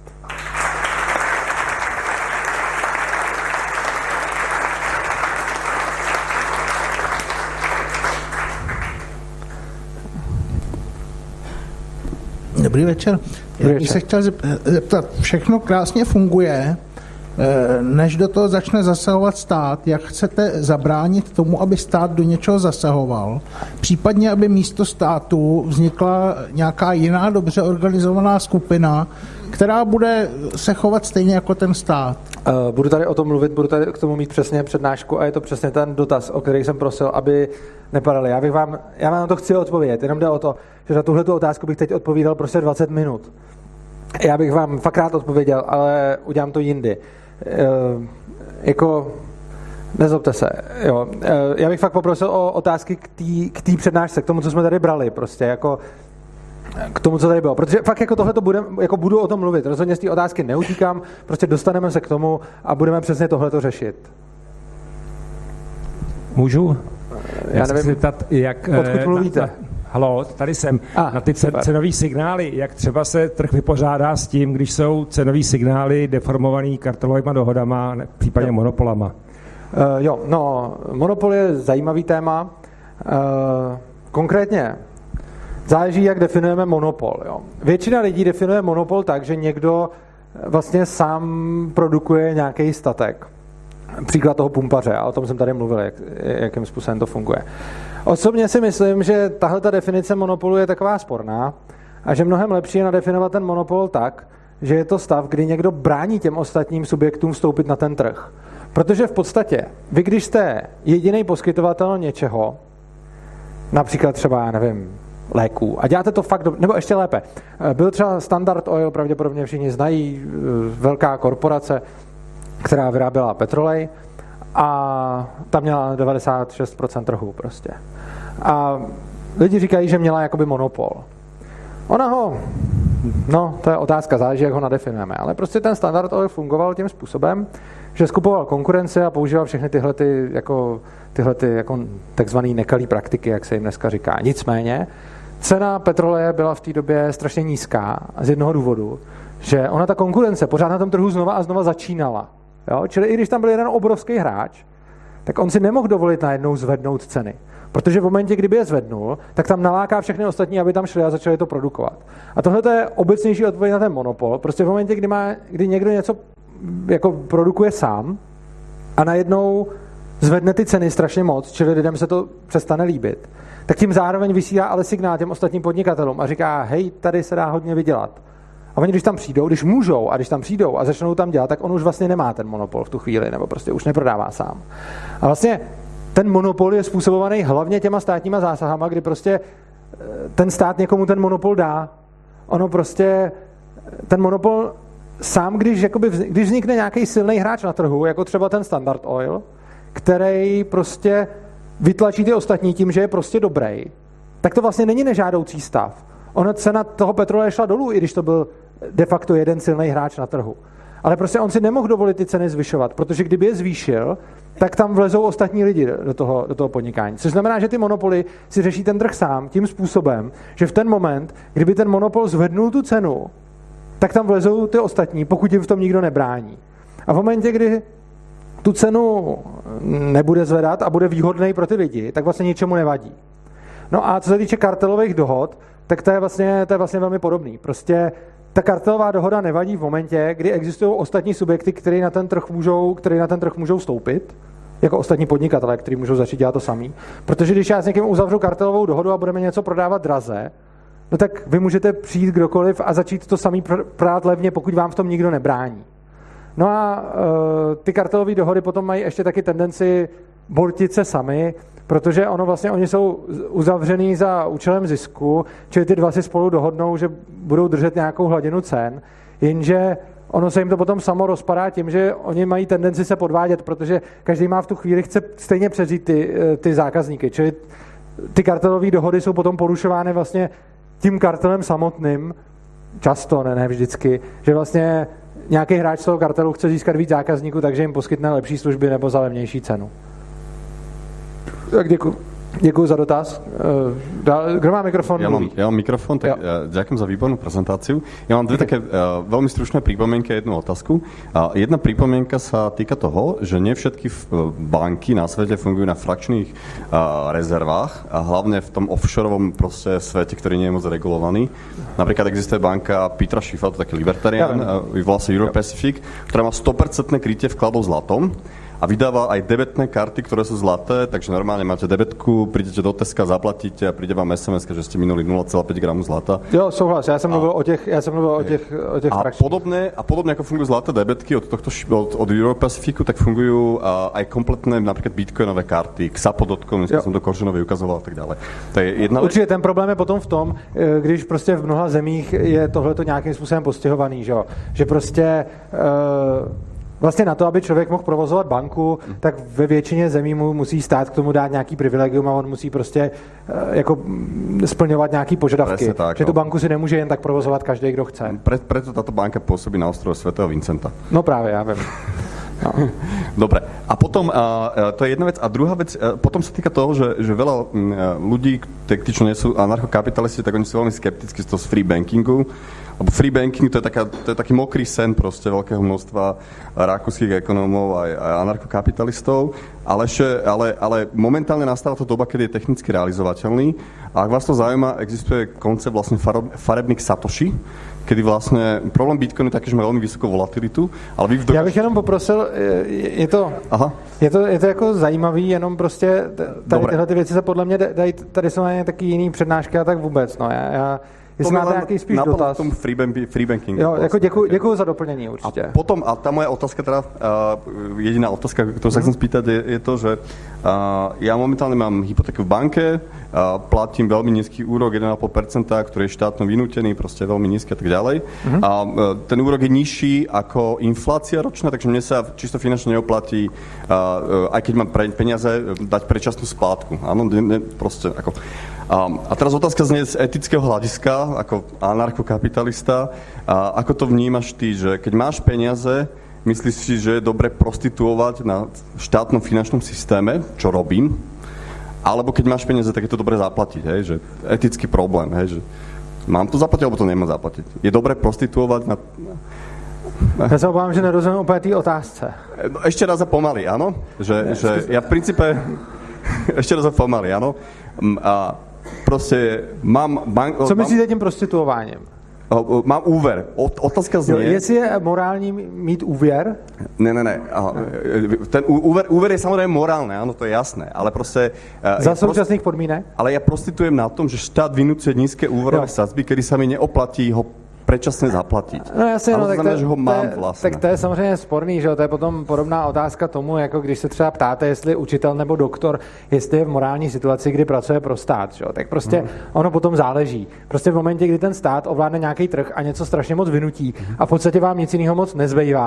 Dobrý večer. Já bych se chtěl zeptat, všechno krásně funguje, než do toho začne zasahovat stát, jak chcete zabránit tomu, aby stát do něčeho zasahoval, případně, aby místo státu vznikla nějaká jiná dobře organizovaná skupina, která bude se chovat stejně jako ten stát. Budu tady o tom mluvit, budu tady k tomu mít přesně přednášku a je to přesně ten dotaz, o který jsem prosil, aby nepadaly. Já vám na to chci odpovědět, jenom jde o to, že na tuhletu otázku bych teď odpovídal prostě 20 minut. Já bych vám fakt rád odpověděl, ale udělám to jindy. Nezlobte se. Jo. Já bych fakt poprosil o otázky k té přednášce, k tomu, co jsme tady brali, prostě jako k tomu, co tady bylo. Protože fakt jako tohle budu o tom mluvit. Rozhodně z té otázky neutíkám, prostě dostaneme se k tomu a budeme přesně tohleto řešit. Můžu? Já nevím, zeptat, jak... Odkud mluvíte? Halo, tady jsem. Na ty cenové signály, jak třeba se trh vypořádá s tím, když jsou cenové signály deformovaný kartelovými dohodama, případně monopolama? Monopol je zajímavý téma. Konkrétně záleží, jak definujeme monopol. Jo. Většina lidí definuje monopol tak, že někdo vlastně sám produkuje nějaký statek. Příklad toho pumpaře, a o tom jsem tady mluvil, jakým způsobem to funguje. Osobně si myslím, že tahleta definice monopolu je taková sporná a že mnohem lepší je nadefinovat ten monopol tak, že je to stav, kdy někdo brání těm ostatním subjektům vstoupit na ten trh. Protože v podstatě, vy když jste jediný poskytovatel něčeho, například třeba, já nevím, léků, a děláte to fakt dobře, nebo ještě lépe, byl třeba Standard Oil, pravděpodobně všichni znají, velká korporace, která vyráběla petrolej a tam měla 96% trhu prostě. A lidi říkají, že měla jakoby monopol. To je otázka, záleží, jak ho nadefinujeme, ale prostě ten Standard Oil fungoval tím způsobem, že skupoval konkurenci a používal všechny tyhle takzvané nekalý praktiky, jak se jim dneska říká. Nicméně cena petroleje byla v té době strašně nízká z jednoho důvodu, že ona ta konkurence pořád na tom trhu znova a znova začínala. Jo? Čili i když tam byl jeden obrovský hráč, tak on si nemohl dovolit najednou zvednout ceny. Protože v momentě, kdyby je zvednul, tak tam naláká všechny ostatní, aby tam šli a začali to produkovat. A tohle je obecnější odpověď na ten monopol. Prostě v momentě, kdy někdo něco jako produkuje sám a najednou zvedne ty ceny strašně moc, čili lidem se to přestane líbit, tak tím zároveň vysílá ale signál těm ostatním podnikatelům a říká, hej, tady se dá hodně vydělat. A oni, když tam přijdou, když můžou a když tam přijdou a začnou tam dělat, tak on už vlastně nemá ten monopol v tu chvíli, nebo prostě už neprodává sám. A vlastně ten monopol je způsobovaný hlavně těma státníma zásahama, kdy prostě ten stát někomu ten monopol dá. Ono prostě, ten monopol sám, když vznikne nějaký silný hráč na trhu, jako třeba ten Standard Oil, který prostě vytlačí ty ostatní tím, že je prostě dobrý, tak to vlastně není nežádoucí stav. Ona cena toho petroleje šla dolů, i když to byl de facto jeden silný hráč na trhu. Ale prostě on si nemohl dovolit ty ceny zvyšovat, protože kdyby je zvýšil, tak tam vlezou ostatní lidi do toho podnikání. Což znamená, že ty monopoly si řeší ten trh sám tím způsobem, že v ten moment, kdyby ten monopol zvednul tu cenu, tak tam vlezou ty ostatní, pokud jim v tom nikdo nebrání. A v momentě, kdy tu cenu nebude zvedat a bude výhodnej pro ty lidi, tak vlastně ničemu nevadí. No a co se týče kartelových dohod, tak to je vlastně velmi podobný. Prostě ta kartelová dohoda nevadí v momentě, kdy existují ostatní subjekty, které na ten trh můžou vstoupit, jako ostatní podnikatelé, kteří můžou začít dělat to samý. Protože když já s někým uzavřu kartelovou dohodu a budeme něco prodávat draze, no tak vy můžete přijít kdokoliv a začít to samý prodávat levně, pokud vám v tom nikdo nebrání. No a ty kartelové dohody potom mají ještě taky tendenci bortit se sami, protože oni jsou uzavřený za účelem zisku, čili ty dva si spolu dohodnou, že budou držet nějakou hladinu cen, jenže ono se jim to potom samo rozpadá tím, že oni mají tendenci se podvádět, protože každý má v tu chvíli chce stejně přežít ty zákazníky, čili ty kartelové dohody jsou potom porušovány vlastně tím kartelem samotným, často, ne vždycky, že vlastně nějaký hráč z toho kartelu chce získat víc zákazníků, takže jim poskytne lepší služby nebo za levnější cenu. Tak děkuji za dotaz. Kdo má mikrofon? Ja mám mikrofon, tak ďakujem za výbornú prezentáciu. Ja mám dve také veľmi stručné pripomienky a jednu otázku. Jedna pripomienka sa týka toho, že nie všetky banky na svete fungujú na frakčných rezervách a hlavne v tom offshoreovom proste svete, ktorý nie je moc regulovaný. Napríklad existuje banka Petra Schiffa, to taký libertarián, volá sa Euro Pacific, ktorá má 100% krytie vkladov zlatom. A vydáva aj debetné karty, ktoré sú zlaté, takže normálne máte debetku, prídete do Teska, zaplatíte a príde vám SMS, že ste minuli 0,5 gramu zlata. Jo, souhlas, já jsem mluvil o těch frakčních. A podobne ako fungujú zlaté debetky od Euro Pacificu, tak fungujú aj kompletné napríklad bitcoinové karty, Xapo.com, dneska som to Korženovi ukazoval a tak dále. To je jedna Určitě ten problém je potom v tom, když prostě v mnoha zemích je tohleto nějakým způsobem postihovaný, že prostě vlastně na to, aby člověk mohl provozovat banku, tak ve většině zemí mu musí stát k tomu dát nějaký privilegium a on musí prostě jako splňovat nějaký požadavky. Tak, že tu banku si nemůže jen tak provozovat každý, kdo chce. Preto táto banka pôsobí na ostrove svätého Vincenta. No právě, já vím. No. Dobre. A potom, to je jedna vec. A druhá vec, potom sa týka toho, že veľa ľudí, tí, čo nie sú anarchokapitalisti, tak oni sú veľmi skeptickí z toho free bankingu. Lebo free banking to je taký mokrý sen proste veľkého množstva rakúskych ekonómov a anarchokapitalistov, ale momentálne nastáva to doba, kedy je technicky realizovateľný. A ak vás to zaujíma, existuje koncept vlastne farebných satoshi, kedy vlastne problém Bitcoinu je taký, že má veľmi vysokú volatilitu, ale vy Já bych jenom poprosil, je to jako zajímavý, jenom prostě tyhle ty věci se podle mě dají, tady jsou taky jiný přednášky a tak vůbec, no jestli máte nějaký spíš dotaz. Tomu free bankingu. Jo, jako děkuju za doplnění určitě. A tá moja otázka teda, jediná otázka, ktorú sa chcem spýtať, je to, že ja momentálne mám hypotéku v banke, platím veľmi nízky úrok, 1,5%, ktorý je štátno vynútený, proste veľmi nízky a tak ďalej. A ten úrok je nižší ako inflácia ročná, takže mne sa čisto finančne neoplatí, aj keď mám peniaze, dať predčasnú splátku. Áno, proste ako... A teraz otázka znie z etického hľadiska, ako anarchokapitalista. Ako to vnímaš ty, že keď máš peniaze, myslíš si, že je dobre prostituovať na štátnom finančnom systéme, čo robím, alebo keď máš peniaze, tak je to dobre zaplatiť, hej? Že etický problém, hej? Že mám to zaplatiť, alebo to nemám zaplatiť. Je dobre prostituovať na... Ja sa obávam, že nerozumiem úplne tý otázce. No, ešte raz a pomaly, áno? Že ja v princípe... Ešte raz a pomaly, áno? A proste mám... Co myslíte tím prostituováním? Mám úver. Otázka znie... Jestli je morální mít úvěr? Ne. Ten úver je samozrejme morálne, áno, to je jasné, ale proste... Za súčasných podmínek? Ale ja prostitujem na tom, že štát vynúcuje nízke úverové sadzby, kedy sa mi neoplatí ho predčasne zaplatiť. No jasně, ale to znamená, že ho mám vlastne. Tak to je samozřejmě sporný, že to je potom podobná otázka tomu, jako když se třeba ptáte, jestli učitel nebo doktor, jestli je v morální situaci, kdy pracuje pro stát, že? Tak prostě ono potom záleží. Prostě v momentě, kdy ten stát ovládne nějaký trh a něco strašně moc vynutí a v podstatě vám nic jiného moc nezbývá,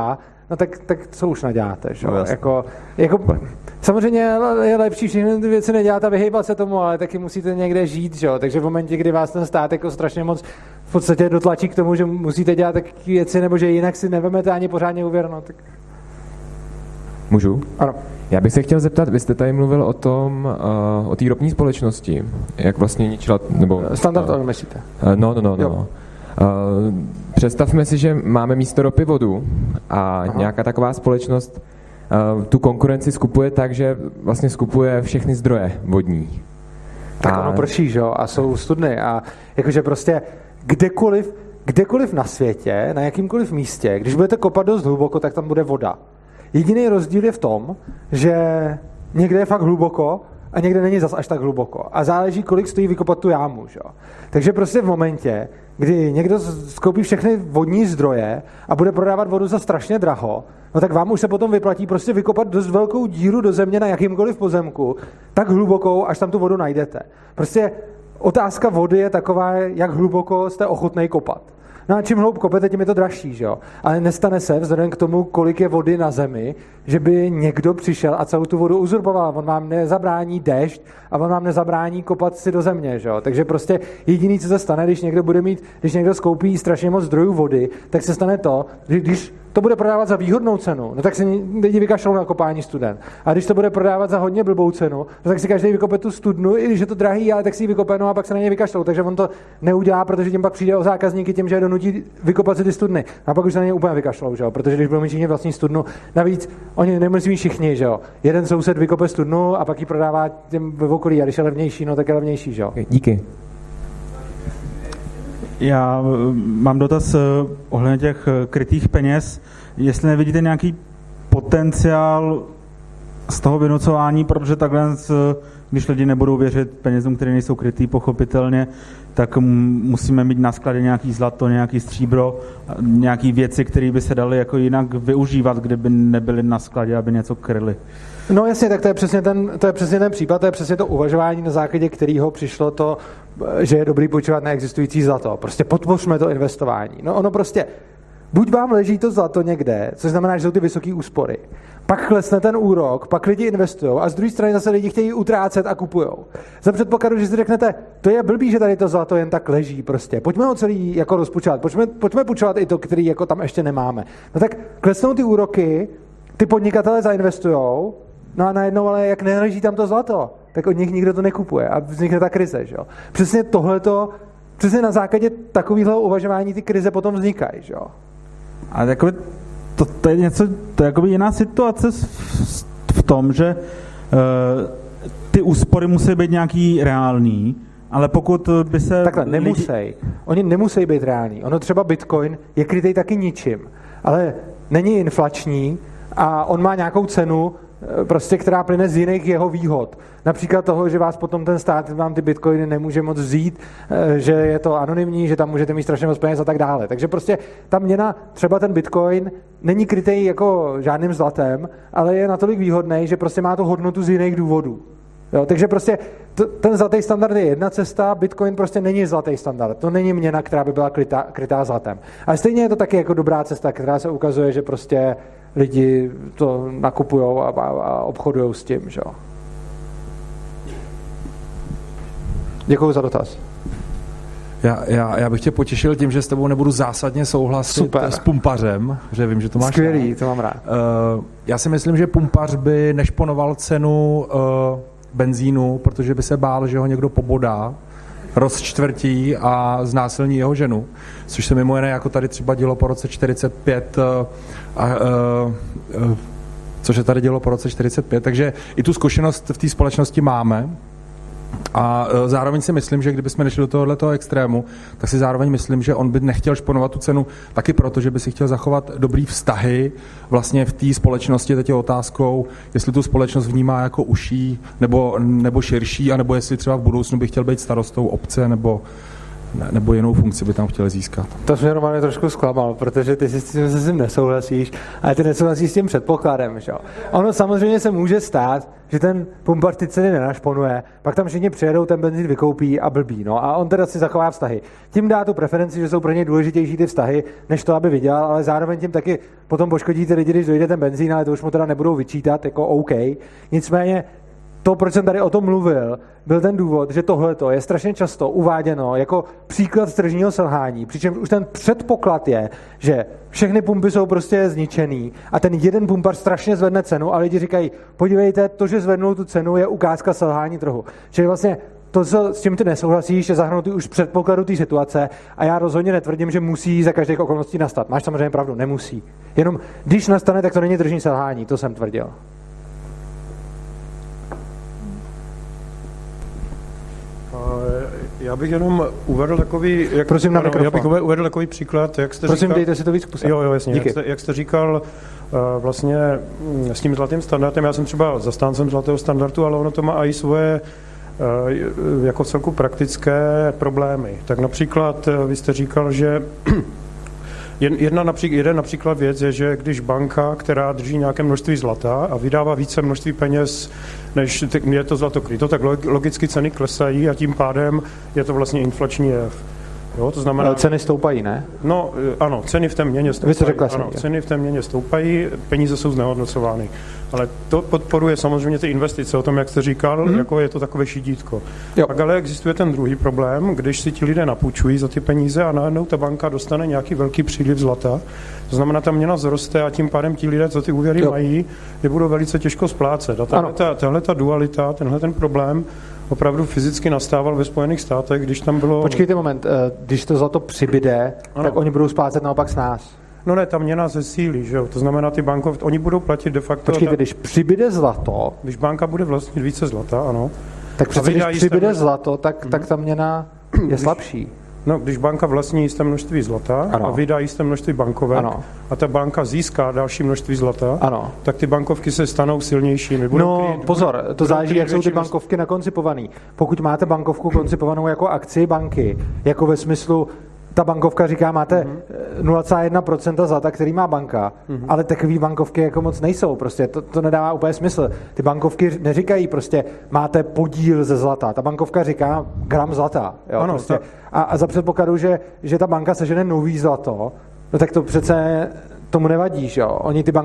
no tak co už naděláte, že? No, jako, samozřejmě je lepší všechny ty věci nedělat a vyhejbat se tomu, ale taky musíte někde žít, že? Takže v momentě, kdy vás ten stát jako strašně moc v podstatě dotlačí k tomu, že musíte dělat takové věci, nebo že jinak si nevemete ani pořádně úvěr, no tak... Můžu? Ano. Já bych se chtěl zeptat, vy jste tady mluvil o té ropní společnosti, jak vlastně ničila, nebo... Standard Oil myslíte? No. Představme si, že máme místo ropy vodu a nějaká taková společnost tu konkurenci skupuje tak, že vlastně skupuje všechny zdroje vodní. Tak ono prší, že jo, a jsou studny a jakože prostě kdekoliv na světě, na jakýmkoliv místě, když budete kopat dost hluboko, tak tam bude voda. Jediný rozdíl je v tom, že někde je fakt hluboko a někde není zas až tak hluboko. A záleží, kolik stojí vykopat tu jámu. Že? Takže prostě v momentě, kdy někdo skoupí všechny vodní zdroje a bude prodávat vodu za strašně draho, no tak vám už se potom vyplatí prostě vykopat dost velkou díru do země na jakýmkoliv pozemku, tak hlubokou, až tam tu vodu najdete. Prostě otázka vody je taková, jak hluboko jste ochotnej kopat. No a čím hloub kopete, tím je to dražší, že jo? Ale nestane se, vzhledem k tomu, kolik je vody na zemi, že by někdo přišel a celou tu vodu uzurpoval. On vám nezabrání déšť a on vám nezabrání kopat si do země, že jo? Takže prostě jediný, co se stane, když někdo skoupí strašně moc zdrojů vody, tak se stane to, že když to bude prodávat za výhodnou cenu, no tak si lidi vykašlou na kopání studen. A když to bude prodávat za hodně blbou cenu, no tak si každý vykope tu studnu, i když je to drahý, ale tak si ji vykope, no a pak se na něj vykašlou. Takže on to neudělá, protože tím pak přijde o zákazníky tím, že je donutí vykopat si ty studny. A pak už se na něj úplně vykašlou, že jo? Protože když budou mít všichni vlastní studnu, navíc oni nemusí mít všichni, že jo? Jeden soused vykope studnu a pak ji prodává těm v okolí, a když je levnější, no tak je levnější, že jo? Díky. Já mám dotaz ohledně těch krytých peněz. Jestli nevidíte nějaký potenciál z toho vynucování, protože takhle, když lidi nebudou věřit penězům, které nejsou krytý, pochopitelně, tak musíme mít na skladě nějaký zlato, nějaký stříbro, nějaký věci, které by se daly jako jinak využívat, kdyby nebyly na skladě, aby něco kryly. No jasně, tak to je přesně ten případ, to je přesně to uvažování, na základě kterého přišlo to, že je dobrý půjčovat neexistující zlato. Prostě podpořme to investování. No ono prostě, buď vám leží to zlato někde, což znamená, že jsou ty vysoké úspory, pak klesne ten úrok, pak lidi investujou a z druhé strany zase lidi chtějí utrácet a kupujou. Za předpokladu, že si řeknete, to je blbý, že tady to zlato jen tak leží prostě. Pojďme ho celý jako rozpůjčovat, pojďme půjčovat i to, který jako tam ještě nemáme. No tak klesnou ty úroky, ty podnikatelé zainvestujou, no a najednou, ale jak neleží tam to zlato, tak od nich nikdo to nekupuje a vznikne ta krize, že jo. Přesně tohleto, přesně na základě takového uvažování ty krize potom vznikají, že jo. A jakoby to je něco, to je jakoby jiná situace v tom, že ty úspory musí být nějaký reální, ale pokud by se... Takhle, nemusí. Oni nemusí být reální. Ono třeba Bitcoin je krytej taky ničím, ale není inflační a on má nějakou cenu, prostě, která plyne z jiných jeho výhod. Například toho, že vás potom ten stát vám ty bitcoiny nemůže moc vzít, že je to anonymní, že tam můžete mít strašně moc peněz a tak dále. Takže prostě ta měna, třeba ten bitcoin, není krytej jako žádným zlatem, ale je natolik výhodný, že prostě má tu hodnotu z jiných důvodů. Jo, takže prostě ten zlatý standard je jedna cesta, bitcoin prostě není zlatý standard. To není měna, která by byla krytá zlatem. Ale stejně je to taky jako dobrá cesta, která se ukazuje, že prostě lidi to nakupujou a obchodujou s tím, že jo. Děkuji za dotaz. Já bych tě potěšil tím, že s tebou nebudu zásadně souhlasit s pumpařem, že vím, že to máš. Skvělý, to mám rád. Já si myslím, že pumpař by nešponoval cenu benzínu, protože by se bál, že ho někdo pobodá, rozčtvrtí a znásilní jeho ženu, což se mimo jiné jako tady třeba dělo po roce 45 což se tady dělo po roce 45, takže i tu zkušenost v té společnosti máme. A zároveň si myslím, že kdybychom nešli do tohoto extrému, tak si zároveň myslím, že on by nechtěl šponovat tu cenu taky proto, že by si chtěl zachovat dobrý vztahy vlastně v té společnosti. Teď je otázkou, jestli tu společnost vnímá jako uší nebo širší, anebo jestli třeba v budoucnu by chtěl být starostou obce nebo nebo jinou funkci by tam chtěli získat. To mě Romane trošku zklamal, protože ty si s tím nesouhlasíš, ale ty nesouhlasíš s tím předpokladem. Že? Ono samozřejmě se může stát, že ten pumpař ty ceny nenašponuje, pak tam všichni přijedou, ten benzín vykoupí a blbí. No a on teda si zachová vztahy. Tím dá tu preferenci, že jsou pro něj důležitější ty vztahy, než to, aby vydělal, ale zároveň tím taky potom poškodí ty lidi, když dojde ten benzín, ale to už mu teda nebudou vyčítat, jako OK. Nicméně to, proč jsem tady o tom mluvil, byl ten důvod, že tohleto je strašně často uváděno jako příklad tržního selhání, přičemž už ten předpoklad je, že všechny pumpy jsou prostě zničený a ten jeden pumpař strašně zvedne cenu a lidi říkají, podívejte, to, že zvednul tu cenu, je ukázka selhání trhu. Čili vlastně to, s čím ty nesouhlasíš, je zahrnutý už předpokladu té situace a já rozhodně netvrdím, že musí za každých okolností nastat. Máš samozřejmě pravdu, nemusí. Jenom když nastane, tak to není tržní selhání, to jsem tvrdil. Já bych jenom uvedl takový... Prosím na mikrofon. Já bych uvedl takový příklad, jak jste Prosím, říkal... dejte si to víc kusit. Jo, jasně. Díky. Jak jste říkal vlastně s tím zlatým standardem, já jsem třeba zastáncem zlatého standardu, ale ono to má i svoje jako celku praktické problémy. Tak například vy jste říkal, že jeden například věc je, že když banka, která drží nějaké množství zlata a vydává více množství peněz, než je to zlato kryto, tak logicky ceny klesají a tím pádem je to vlastně inflační jev. Jo, to znamená, ceny stoupají, ne? No, ano, ceny v té měně stoupají. Vy jste řekla ano, ceny v té měně stoupají, peníze jsou znehodnocovány. Ale to podporuje samozřejmě ty investice, o tom, jak jste říkal, jako je to takové šidítko. Jo. Pak ale existuje ten druhý problém, když si ti lidé napůjčují za ty peníze a najednou ta banka dostane nějaký velký příliv zlata, to znamená, ta měna zroste a tím pádem ti lidé, co ty úvěry mají, je budou velice těžko splácet. A tahle ta dualita, tenhle ten problém opravdu fyzicky nastával ve Spojených státech, když tam bylo... Počkejte moment, když to zlato přibyde, tak oni budou splácet naopak s nás. No ne, ta měna zesílí, že jo, to znamená ty oni budou platit de facto... Počkejte, když přibyde zlato... Když banka bude vlastnit více zlata, ano. Tak přece když přibyde zlato, tak ta měna je slabší. No, když banka vlastní jisté množství zlata a vydá jisté množství bankovek a ta banka získá další množství zlata, tak ty bankovky se stanou silnějšími. Pozor, to záleží, jak jsou ty bankovky nakoncipované. Pokud máte bankovku koncipovanou jako akci banky, jako ve smyslu, ta bankovka říká, máte 0,1% zlata, který má banka, ale takový bankovky jako moc nejsou, prostě to nedává úplně smysl. Ty bankovky neříkají prostě, máte podíl ze zlata, ta bankovka říká gram zlata, jo, ano, prostě. A za předpokladu, že ta banka sežene nový zlato, no tak to přece tomu nevadí, že jo. Oni ty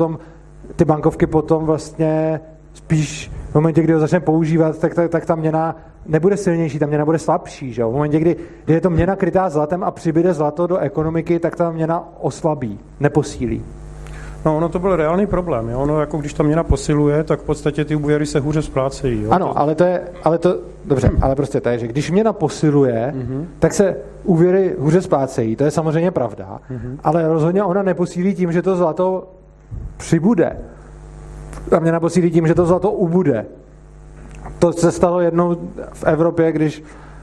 bankovky potom vlastně spíš v momentě, kdy ho začne používat, tak ta měna nebude silnější, ta měna bude slabší. Že? V momentě, kdy je to měna krytá zlatem a přibyde zlato do ekonomiky, tak ta měna oslabí, neposílí. No, ono to byl reálný problém. Jo? Ono, jako když ta měna posiluje, tak v podstatě ty úvěry se hůře splácejí. Jo? Ano, dobře, ale prostě to je, že když měna posiluje, tak se úvěry hůře splácejí, to je samozřejmě pravda, ale rozhodně ona neposílí tím, že to zlato přibude. Ta měna posílí tím, že to zlato ubude. To se stalo jednou v Evropě, když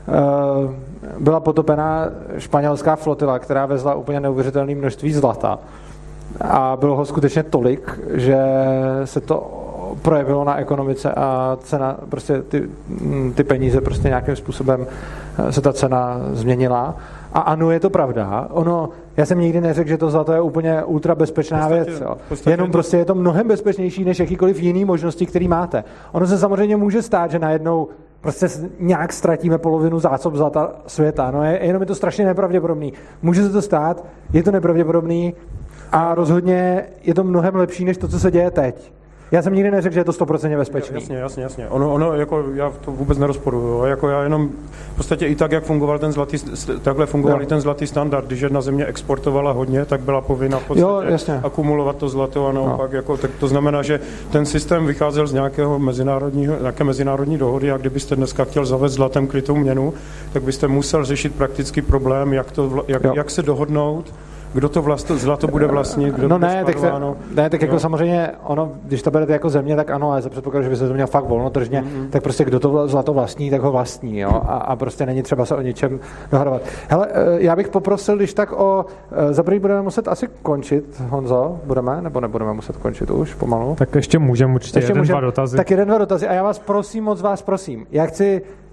byla potopená španělská flotila, která vezla úplně neuvěřitelné množství zlata. A bylo ho skutečně tolik, že se to projevilo na ekonomice a cena, prostě ty peníze prostě nějakým způsobem se ta cena změnila. A ano, je to pravda. Já jsem nikdy neřekl, že to zlato je úplně ultra bezpečná věc. Jo. Jenom prostě je to mnohem bezpečnější než jakýkoliv jiný možnosti, který máte. Ono se samozřejmě může stát, že najednou prostě nějak ztratíme polovinu zásob zlata světa. No jenom je to strašně nepravděpodobný. Může se to stát, je to nepravděpodobný a rozhodně je to mnohem lepší, než to, co se děje teď. Já jsem nikdy neřekl, že je to 100% bezpečný. Jasně. Ono jako já to vůbec nerozporuju. Jako já jenom v podstatě i tak, jak fungoval takhle fungoval i ten zlatý standard. Když jedna země exportovala hodně, tak byla povinna v podstatě akumulovat to zlato a naopak. Jako, tak to znamená, že ten systém vycházel z nějaké mezinárodní dohody a kdybyste dneska chtěl zavést zlatem krytou měnu, tak byste musel řešit praktický problém, jak se dohodnout, kdo to zlato bude vlastnit, kdo tak jako samozřejmě ono, když to berete jako země, tak ano, ale za předpokladu, že by se to měl fakt volnotržně, tak prostě kdo to zlato vlastní, tak ho vlastní, jo, a prostě není třeba se o ničem dohadovat. Hele, já bych poprosil, když tak za první budeme muset asi končit, Honzo, budeme, nebo nebudeme muset končit už pomalu? Tak ještě můžeme určitě dva dotazy. Tak 2 dotazy a já vás prosím, moc vás prosím, já chci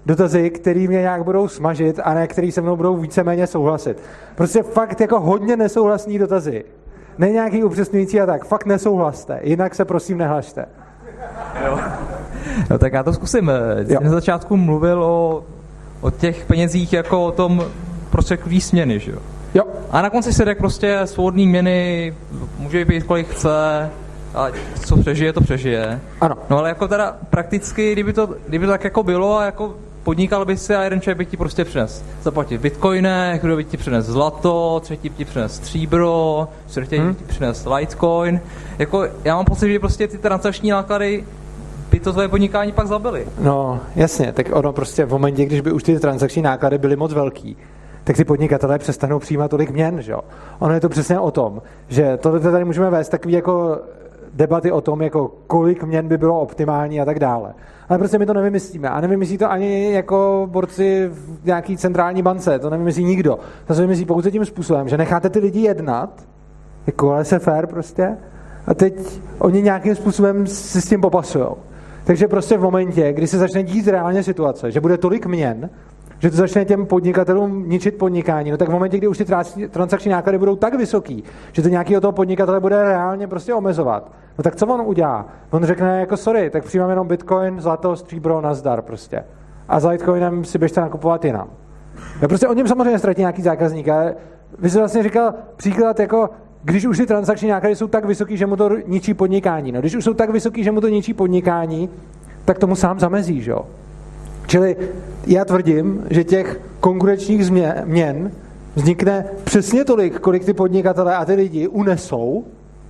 dotazy, který mě nějak budou smažit a ne který se mnou budou víceméně souhlasit. Prostě fakt jako hodně nesouhlasní dotazy. Ne nějaký upřesňující a tak. Fakt nesouhlaste. Jinak se prosím nehlašte. Jo. No tak já to zkusím. Na začátku mluvil o těch penězích jako o tom prostředkový směny, že jo? Jo. A na konci si řekl prostě svobodný měny, může být kolik chce, a co přežije, to přežije. Ano. No ale jako teda prakticky, kdyby to tak jako bylo a jako podnikal by si a jeden člověk by ti prostě přines zaplatit v bitcoinech, kdo by ti přines zlato, třetí by ti přines stříbro, čtvrtý by ti přines Litecoin. Jako já mám pocit, že prostě ty transakční náklady by to tvoje podnikání pak zabili. No, jasně, tak ono prostě v momentě, když by už ty transakční náklady byly moc velký, tak ty podnikatelé přestanou přijímat tolik měn, že jo. Ono je to přesně o tom, že tohle tady můžeme vést takový jako debaty o tom, jako kolik měn by bylo optimální a tak dále. Ale prostě my to nevymyslíme. A nevymyslí to ani jako borci v nějaký centrální bance. To nevymyslí nikdo. To se vymyslí pouze tím způsobem, že necháte ty lidi jednat, jako laissez-faire prostě, a teď oni nějakým způsobem si s tím popasujou. Takže prostě v momentě, kdy se začne dít reálně situace, že bude tolik měn, že to začne těm podnikatelům ničit podnikání, no tak v momentě, kdy už ty transakční náklady budou tak vysoký, že to nějakého toho podnikatele bude reálně prostě omezovat, no tak co on udělá? On řekne jako sorry, tak přijímám jenom bitcoin, zlato, stříbro, nazdar prostě. A za Litecoinem si běžte nakupovat jinam. No prostě on něm samozřejmě ztratí nějaký zákazník, ale vy jste vlastně říkal příklad jako když už ty transakční náklady jsou tak vysoký, že mu to ničí podnikání. No, když už jsou tak vysoký, že mu to ničí podnikání, tak tomu sám zamezí, že jo? Čili já tvrdím, že těch konkurenčních měn vznikne přesně tolik, kolik ty podnikatelé a ty lidi unesou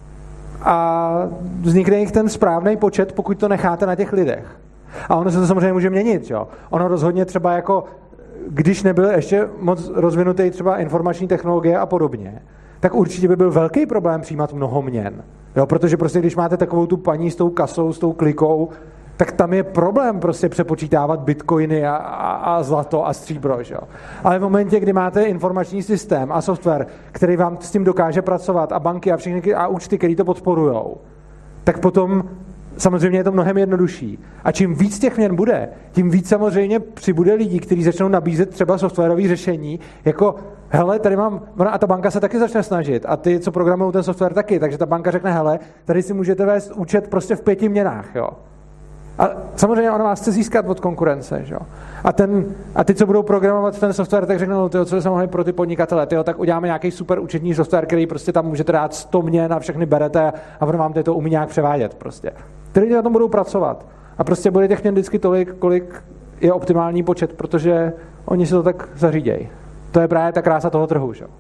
a vznikne jich ten správný počet, pokud to necháte na těch lidech. A ono se to samozřejmě může měnit, jo? Ono rozhodně třeba jako, když nebyl ještě moc rozvinutý třeba informační technologie a podobně, tak určitě by byl velký problém přijímat mnoho měn. Jo, protože prostě když máte takovou tu paní s tou kasou, s tou klikou, tak tam je problém prostě přepočítávat bitcoiny a zlato a stříbro. Že jo. Ale v momentě, kdy máte informační systém a software, který vám s tím dokáže pracovat a banky a všechny a účty, které to podporujou, tak potom samozřejmě je to mnohem jednodušší. A čím víc těch měn bude, tím víc samozřejmě přibude lidí, kteří začnou nabízet třeba softwarové řešení, jako hele, tady mám, a ta banka se taky začne snažit a ty, co programují ten software taky, takže ta banka řekne, hele, tady si můžete vést účet prostě v 5 měnách, jo. A samozřejmě ona vás chce získat od konkurence, jo. A ty, co budou programovat ten software, tak řeknou, tyjo, co jsme mohli pro ty podnikatele, tyjo, tak uděláme nějaký super účetní software, který prostě tam můžete dát 100 měn a všechny berete a on vám to umí nějak převádět prostě. Ty lidi na tom budou pracovat a prostě bude těch měn vždycky tolik, kolik je optimální počet, protože oni si to tak zařídějí. To je právě ta krása toho trhu, že?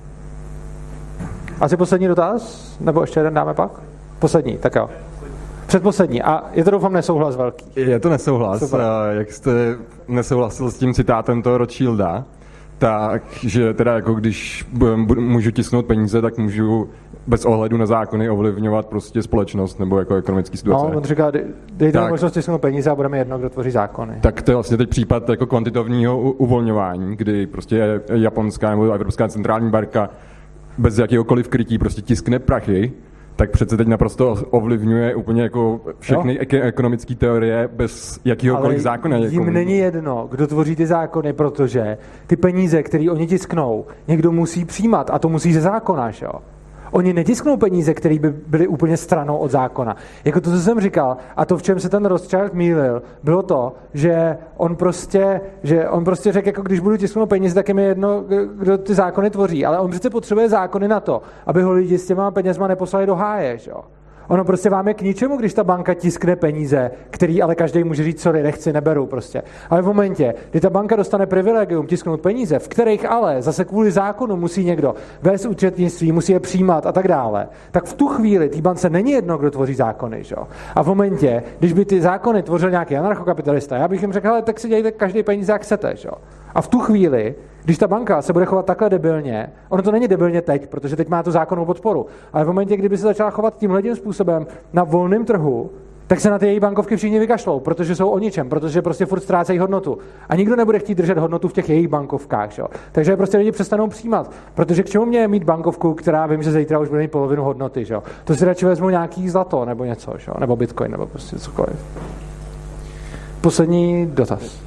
Asi poslední dotaz? Nebo ještě jeden dáme pak? Poslední, tak jo. Předposlední. A je to doufám nesouhlas velký. Je to nesouhlas. Jak jste nesouhlasil s tím citátem toho Rothschilda, takže teda jako když můžu tisknout peníze, tak můžu bez ohledu na zákony ovlivňovat prostě společnost nebo jako ekonomický situace. No, on říká, dejte nám možnost tisknout peníze a budeme jedno, kdo tvoří zákony. Tak to je vlastně teď případ jako kvantitativního uvolňování, kdy prostě japonská nebo Evropská centrální banka bez jakéhokoliv krytí prostě tiskne prachy, tak přece teď naprosto ovlivňuje úplně jako všechny ekonomické teorie bez jakýhokoliv zákona. Jim není jedno, kdo tvoří ty zákony, protože ty peníze, které oni tisknou, někdo musí přijímat a to musí ze zákona, že jo? Oni netisknou peníze, které by byly úplně stranou od zákona. Jako to, co jsem říkal, a to, v čem se ten Rothschild mýlil, bylo to, že on prostě řekl, jako když budu tisknout peníze, tak je mi jedno, kdo ty zákony tvoří. Ale on přece potřebuje zákony na to, aby ho lidi s těma penězma neposlali do háje, že jo? Ono prostě vám je k ničemu, když ta banka tiskne peníze, který ale každý může říct, sorry, nechci, neberu prostě. Ale v momentě, kdy ta banka dostane privilegium tisknout peníze, v kterých ale zase kvůli zákonu musí někdo vést účetnictví, musí je přijímat a tak dále, tak v tu chvíli té bance není jedno, kdo tvoří zákony. Že? A v momentě, když by ty zákony tvořil nějaký anarchokapitalista, já bych jim řekl, ale tak si dějte každý peníze, jak chcete. Že? A v tu chvíli, když ta banka se bude chovat takhle debilně, ono to není debilně teď, protože teď má tu zákonnou podporu, ale v momentě, kdyby se začala chovat tímhletím způsobem na volném trhu, tak se na ty její bankovky všichni vykašlou, protože jsou o ničem, protože prostě furt ztrácejí hodnotu. A nikdo nebude chtít držet hodnotu v těch jejich bankovkách. Že? Takže prostě lidi přestanou přijímat, protože k čemu mě mít bankovku, která vím, že zítra už bude mít polovinu hodnoty. Že? To si radši vezmu nějaký zlato nebo něco, že? Nebo bitcoin, nebo prostě cokoliv. Poslední dotaz.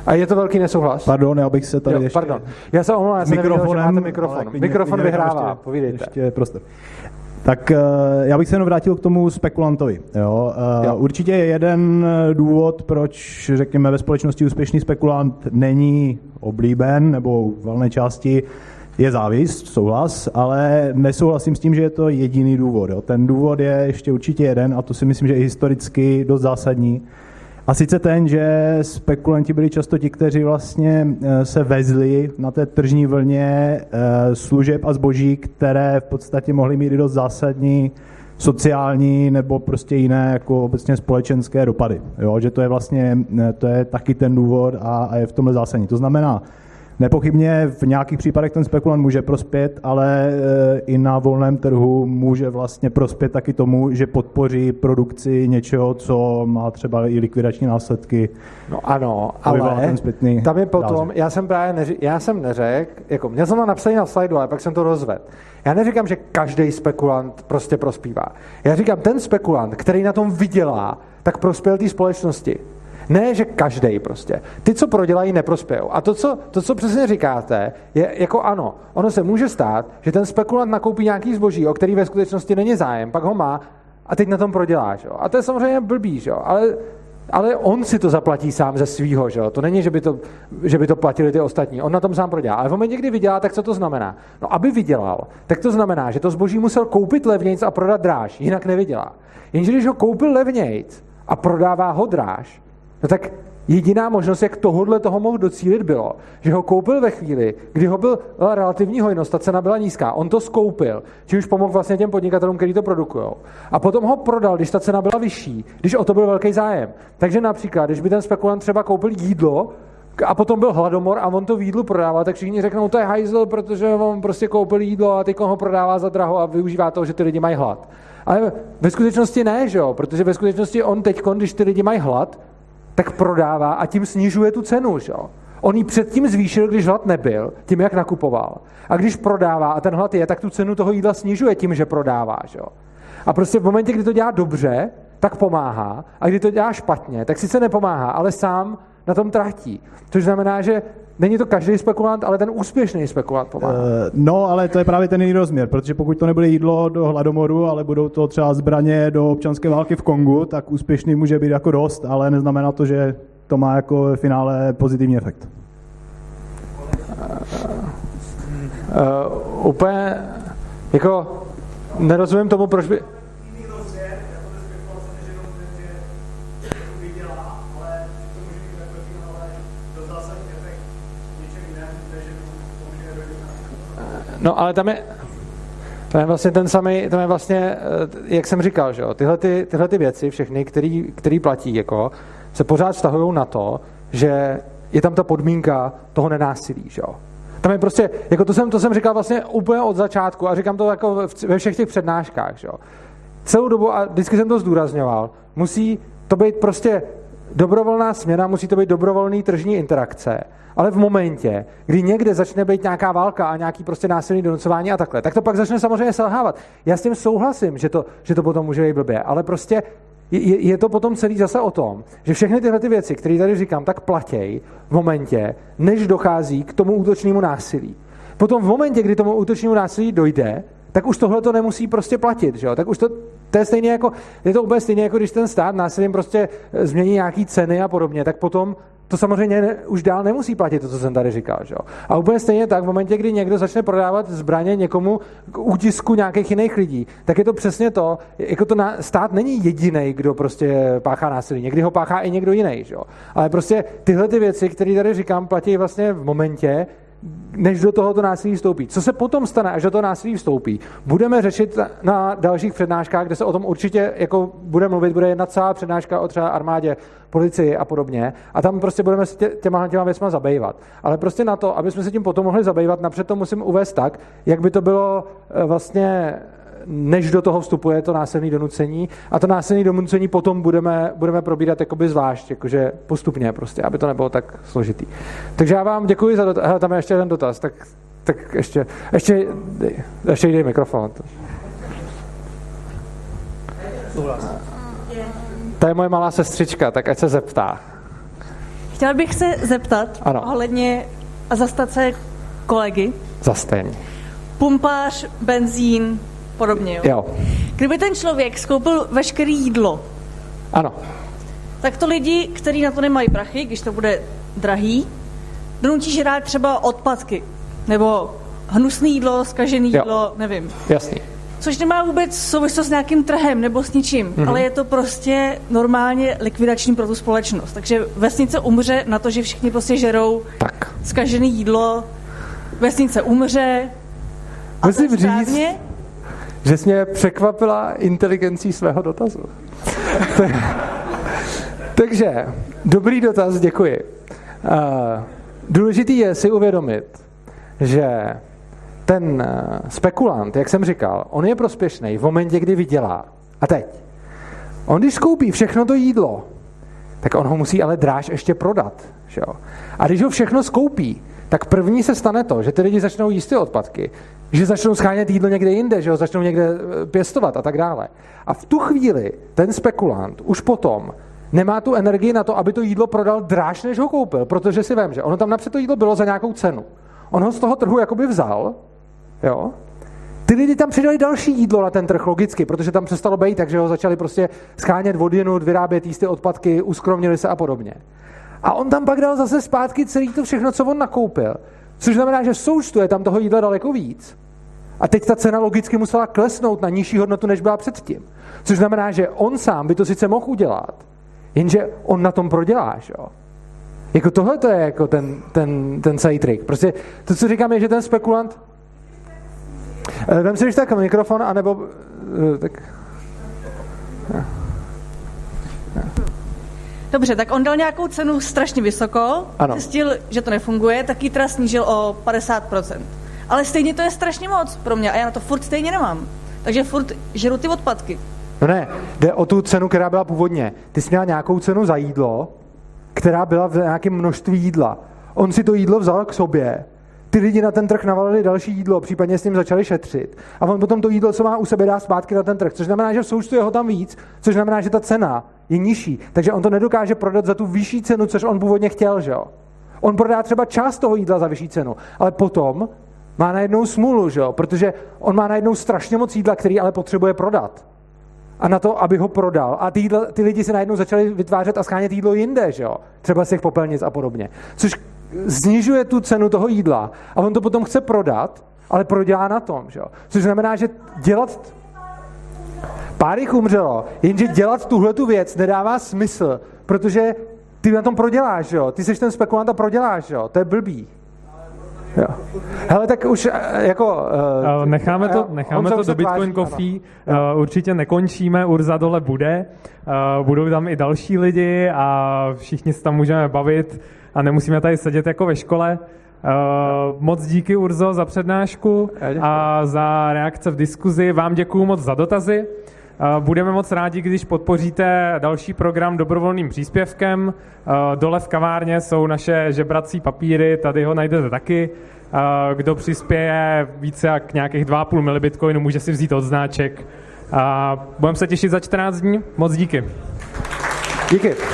A je to velký nesouhlas? Pardon, já bych se tady ještě... Pardon. Já se omlouvám, já jsem nevěděl, že máte mikrofon. Mikrofon vyhrává, povídejte. Ještě prostor. Tak já bych se jenom vrátil k tomu spekulantovi. Jo? Určitě je jeden důvod, proč, řekněme, ve společnosti úspěšný spekulant není oblíben, nebo v valné části je závist, souhlas, ale nesouhlasím s tím, že je to jediný důvod. Jo? Ten důvod je ještě určitě jeden, a to si myslím, že je historicky dost zásadní. A sice ten, že spekulanti byli často ti, kteří vlastně se vezli na té tržní vlně služeb a zboží, které v podstatě mohly mít i dost zásadní sociální nebo prostě jiné jako obecně společenské dopady. Jo? Že to je vlastně, to je taky ten důvod a je v tomhle zásadní. To znamená, nepochybně v nějakých případech ten spekulant může prospět, ale i na volném trhu může vlastně prospět taky tomu, že podpoří produkci něčeho, co má třeba i likvidační následky. No ano, ale tam je potom, já jsem neřekl, jako měl jsem to napsané na slajdu, ale pak jsem to rozvedl. Já neříkám, že každý spekulant prostě prospívá. Já říkám, ten spekulant, který na tom vydělá, tak prospěl té společnosti. Ne, že každej prostě. Ty, co prodělají, neprospějou. A to, co přesně říkáte, je jako ano. Ono se může stát, že ten spekulant nakoupí nějaký zboží, o který ve skutečnosti není zájem, pak ho má a teď na tom prodělá. Že? A to je samozřejmě blbý, že? Ale on si to zaplatí sám ze svýho. Že? To není, že by to platili ty ostatní. On na tom sám prodělá. Ale v momentě, kdy vydělá, tak co to znamená? No, aby vydělal, tak to znamená, že to zboží musel koupit levnějc a prodat dráž, jinak nevydělá. Jenže když ho koupil levnějc a prodává ho dráž, no tak jediná možnost, jak toho mohl docílit, bylo, že ho koupil ve chvíli, kdy ho byla relativní hojnost, ta cena byla nízká. On to skoupil, či už pomohl vlastně těm podnikatelům, kteří to produkují. A potom ho prodal, když ta cena byla vyšší, když o to byl velký zájem. Takže například, když by ten spekulant třeba koupil jídlo a potom byl hladomor a on to jídlo prodával, tak všichni řeknou, to je hajzl, protože on prostě koupil jídlo a teď ho prodává za draho a využívá toho, že ty lidi mají hlad. Ale ve skutečnosti ne, že jo? Protože ve skutečnosti on teď, když ty lidi mají hlad, tak prodává a tím snižuje tu cenu. Že? On ji předtím zvýšil, když hlad nebyl, tím, jak nakupoval. A když prodává a ten hlad je, tak tu cenu toho jídla snižuje tím, že prodává. Že? A prostě v momentě, kdy to dělá dobře, tak pomáhá. A kdy to dělá špatně, tak sice nepomáhá, ale sám na tom tratí. Což znamená, že není to každý spekulant, ale ten úspěšný spekulant pomáhá. No, ale to je právě ten jiný rozměr, protože pokud to nebude jídlo do hladomoru, ale budou to třeba zbraně do občanské války v Kongu, tak úspěšný může být jako dost, ale neznamená to, že to má jako v finále pozitivní efekt. Úplně jako nerozumím tomu, proč by... No, ale tam je vlastně ten samý, tam je vlastně, jak jsem říkal, že jo, tyhle ty věci, všechny, který platí, jako, se pořád vztahují na to, že je tam ta podmínka toho nenásilí, že jo. Tam je prostě, jako to jsem říkal vlastně úplně od začátku a říkám to jako ve všech těch přednáškách, že jo. Celou dobu, a vždycky jsem to zdůrazňoval, musí to být prostě dobrovolná směna, musí to být dobrovolný tržní interakce, ale v momentě, kdy někde začne být nějaká válka a nějaký prostě násilný donucování a takhle, tak to pak začne samozřejmě selhávat. Já s tím souhlasím, že to potom může být blbě, ale prostě je to potom celý zase o tom, že všechny tyhle ty věci, které tady říkám, tak platěj v momentě, než dochází k tomu útočnému násilí. Potom v momentě, kdy tomu útočnému násilí dojde, tak už tohle to nemusí prostě platit, že jo? Tak už to je stejně jako, je to úplně stejně jako když ten stát násilím prostě změní nějaký ceny a podobně, tak potom to samozřejmě už dál nemusí platit to, co jsem tady říkal, že jo? A úplně stejně tak v momentě, kdy někdo začne prodávat zbraně někomu k útisku nějakých jiných lidí, tak je to přesně to, jako to stát není jedinej, kdo prostě páchá násilí, někdy ho páchá i někdo jiný, že jo? Ale prostě tyhle ty věci, které tady říkám, platí vlastně v momentě, než do tohoto násilí vstoupí. Co se potom stane, až do toho násilí vstoupí? Budeme řešit na dalších přednáškách, kde se o tom určitě jako bude mluvit, bude jedna celá přednáška o třeba armádě, policii a podobně. A tam prostě budeme se těma věcma zabývat. Ale prostě na to, aby jsme se tím potom mohli zabývat, napřed to musím uvést tak, jak by to bylo vlastně, než do toho vstupuje to násilné donucení. A to násilné donucení potom budeme probírat jakoby zvlášť, jakože postupně prostě, aby to nebylo tak složitý. Takže já vám děkuji za dotaz. Hele, tam je ještě jeden dotaz, tak ještě dej mikrofon. To je moje malá sestřička, tak ať se zeptá. chtěla bych se zeptat ohledně a zastat se kolegy. Zastaň. Pumpář, benzín, podobně, jo? Kdyby ten člověk skoupil veškeré jídlo, ano, tak to lidi, kteří na to nemají prachy, když to bude drahý, donutí žrát třeba odpadky, nebo hnusné jídlo, zkažené jídlo, nevím. Jasný. Což nemá vůbec souvislost s nějakým trhem nebo s ničím, ale je to prostě normálně likvidační pro tu společnost. Takže vesnice umře na to, že všichni prostě žerou zkažené jídlo, vesnice umře. A musím říct, že jsi mě překvapila inteligencí svého dotazu. Takže, dobrý dotaz, děkuji. Důležitý je si uvědomit, že ten spekulant, jak jsem říkal, on je prospěšný v momentě, kdy vydělá. A teď. On, když koupí všechno to jídlo, tak on ho musí ale dráž ještě prodat. Že jo? A když ho všechno skoupí, tak první se stane to, že ty lidi začnou jíst ty odpadky, že začnou schánět jídlo někde jinde, že ho začnou někde pěstovat a tak dále. A v tu chvíli ten spekulant už potom nemá tu energii na to, aby to jídlo prodal dráž, než ho koupil, protože si vem, že ono tam napřed to jídlo bylo za nějakou cenu. On ho z toho trhu jakoby vzal, jo. Ty lidi tam přidali další jídlo na ten trh, logicky, protože tam přestalo být, takže ho začali prostě schánět odjinud, vyrábět jíst ty odpadky, uskromnili se a podobně. A on tam pak dal zase zpátky celý to všechno, co on nakoupil. Což znamená, že v součtu je tam toho jídla daleko víc. A teď ta cena logicky musela klesnout na nižší hodnotu, než byla předtím. Což znamená, že on sám by to sice mohl udělat, jenže on na tom prodělá, jo. Jako tohle to je jako ten celý trik. Prostě to, co říkám, je, že ten spekulant... Vem si když tak mikrofon, anebo... Tak... Dobře, tak on dal nějakou cenu strašně vysoko, zjistil, že to nefunguje, tak ji teda snížil o 50%. Ale stejně to je strašně moc pro mě a já na to furt stejně nemám. Takže furt žeru ty odpadky. No ne, jde o tu cenu, která byla původně. Ty jsi měla nějakou cenu za jídlo, která byla v nějakém množství jídla. On si to jídlo vzal k sobě, ty lidi na ten trh navalili další jídlo, případně s ním začali šetřit. A on potom to jídlo, co má u sebe, dá zpátky na ten trh, což znamená, že v součtu je ho tam víc, což znamená, že ta cena je nižší. Takže on to nedokáže prodat za tu vyšší cenu, což on původně chtěl, že jo. On prodá třeba část toho jídla za vyšší cenu, ale potom má najednou smůlu, že jo, protože on má najednou strašně moc jídla, který ale potřebuje prodat. A na to, aby ho prodal. A ty lidi se najednou začali vytvářet a schánět jídlo jinde, že jo? Třeba z těch popelnic a podobně. Což snižuje tu cenu toho jídla a on to potom chce prodat, ale prodělá na tom, že jo? Což znamená, že dělat... Pár jich umřelo, jenže dělat tuhletu věc nedává smysl, protože ty na tom proděláš, jo? Ty seš ten spekulant a proděláš, jo? To je blbý. Jo. Hele, tak už jako... necháme to do Bitcoin Coffee, určitě nekončíme, Urza dole bude, budou tam i další lidi a všichni se tam můžeme bavit a nemusíme tady sedět jako ve škole. Moc díky, Urzo, za přednášku a za reakce v diskuzi. Vám děkuju moc za dotazy. Budeme moc rádi, když podpoříte další program dobrovolným příspěvkem. Dole v kavárně jsou naše žebrací papíry, tady ho najdete taky. Kdo přispěje více jak nějakých 2,5 milibitcoinu, může si vzít odznáček. Budeme se těšit za 14 dní. Moc díky. Díky.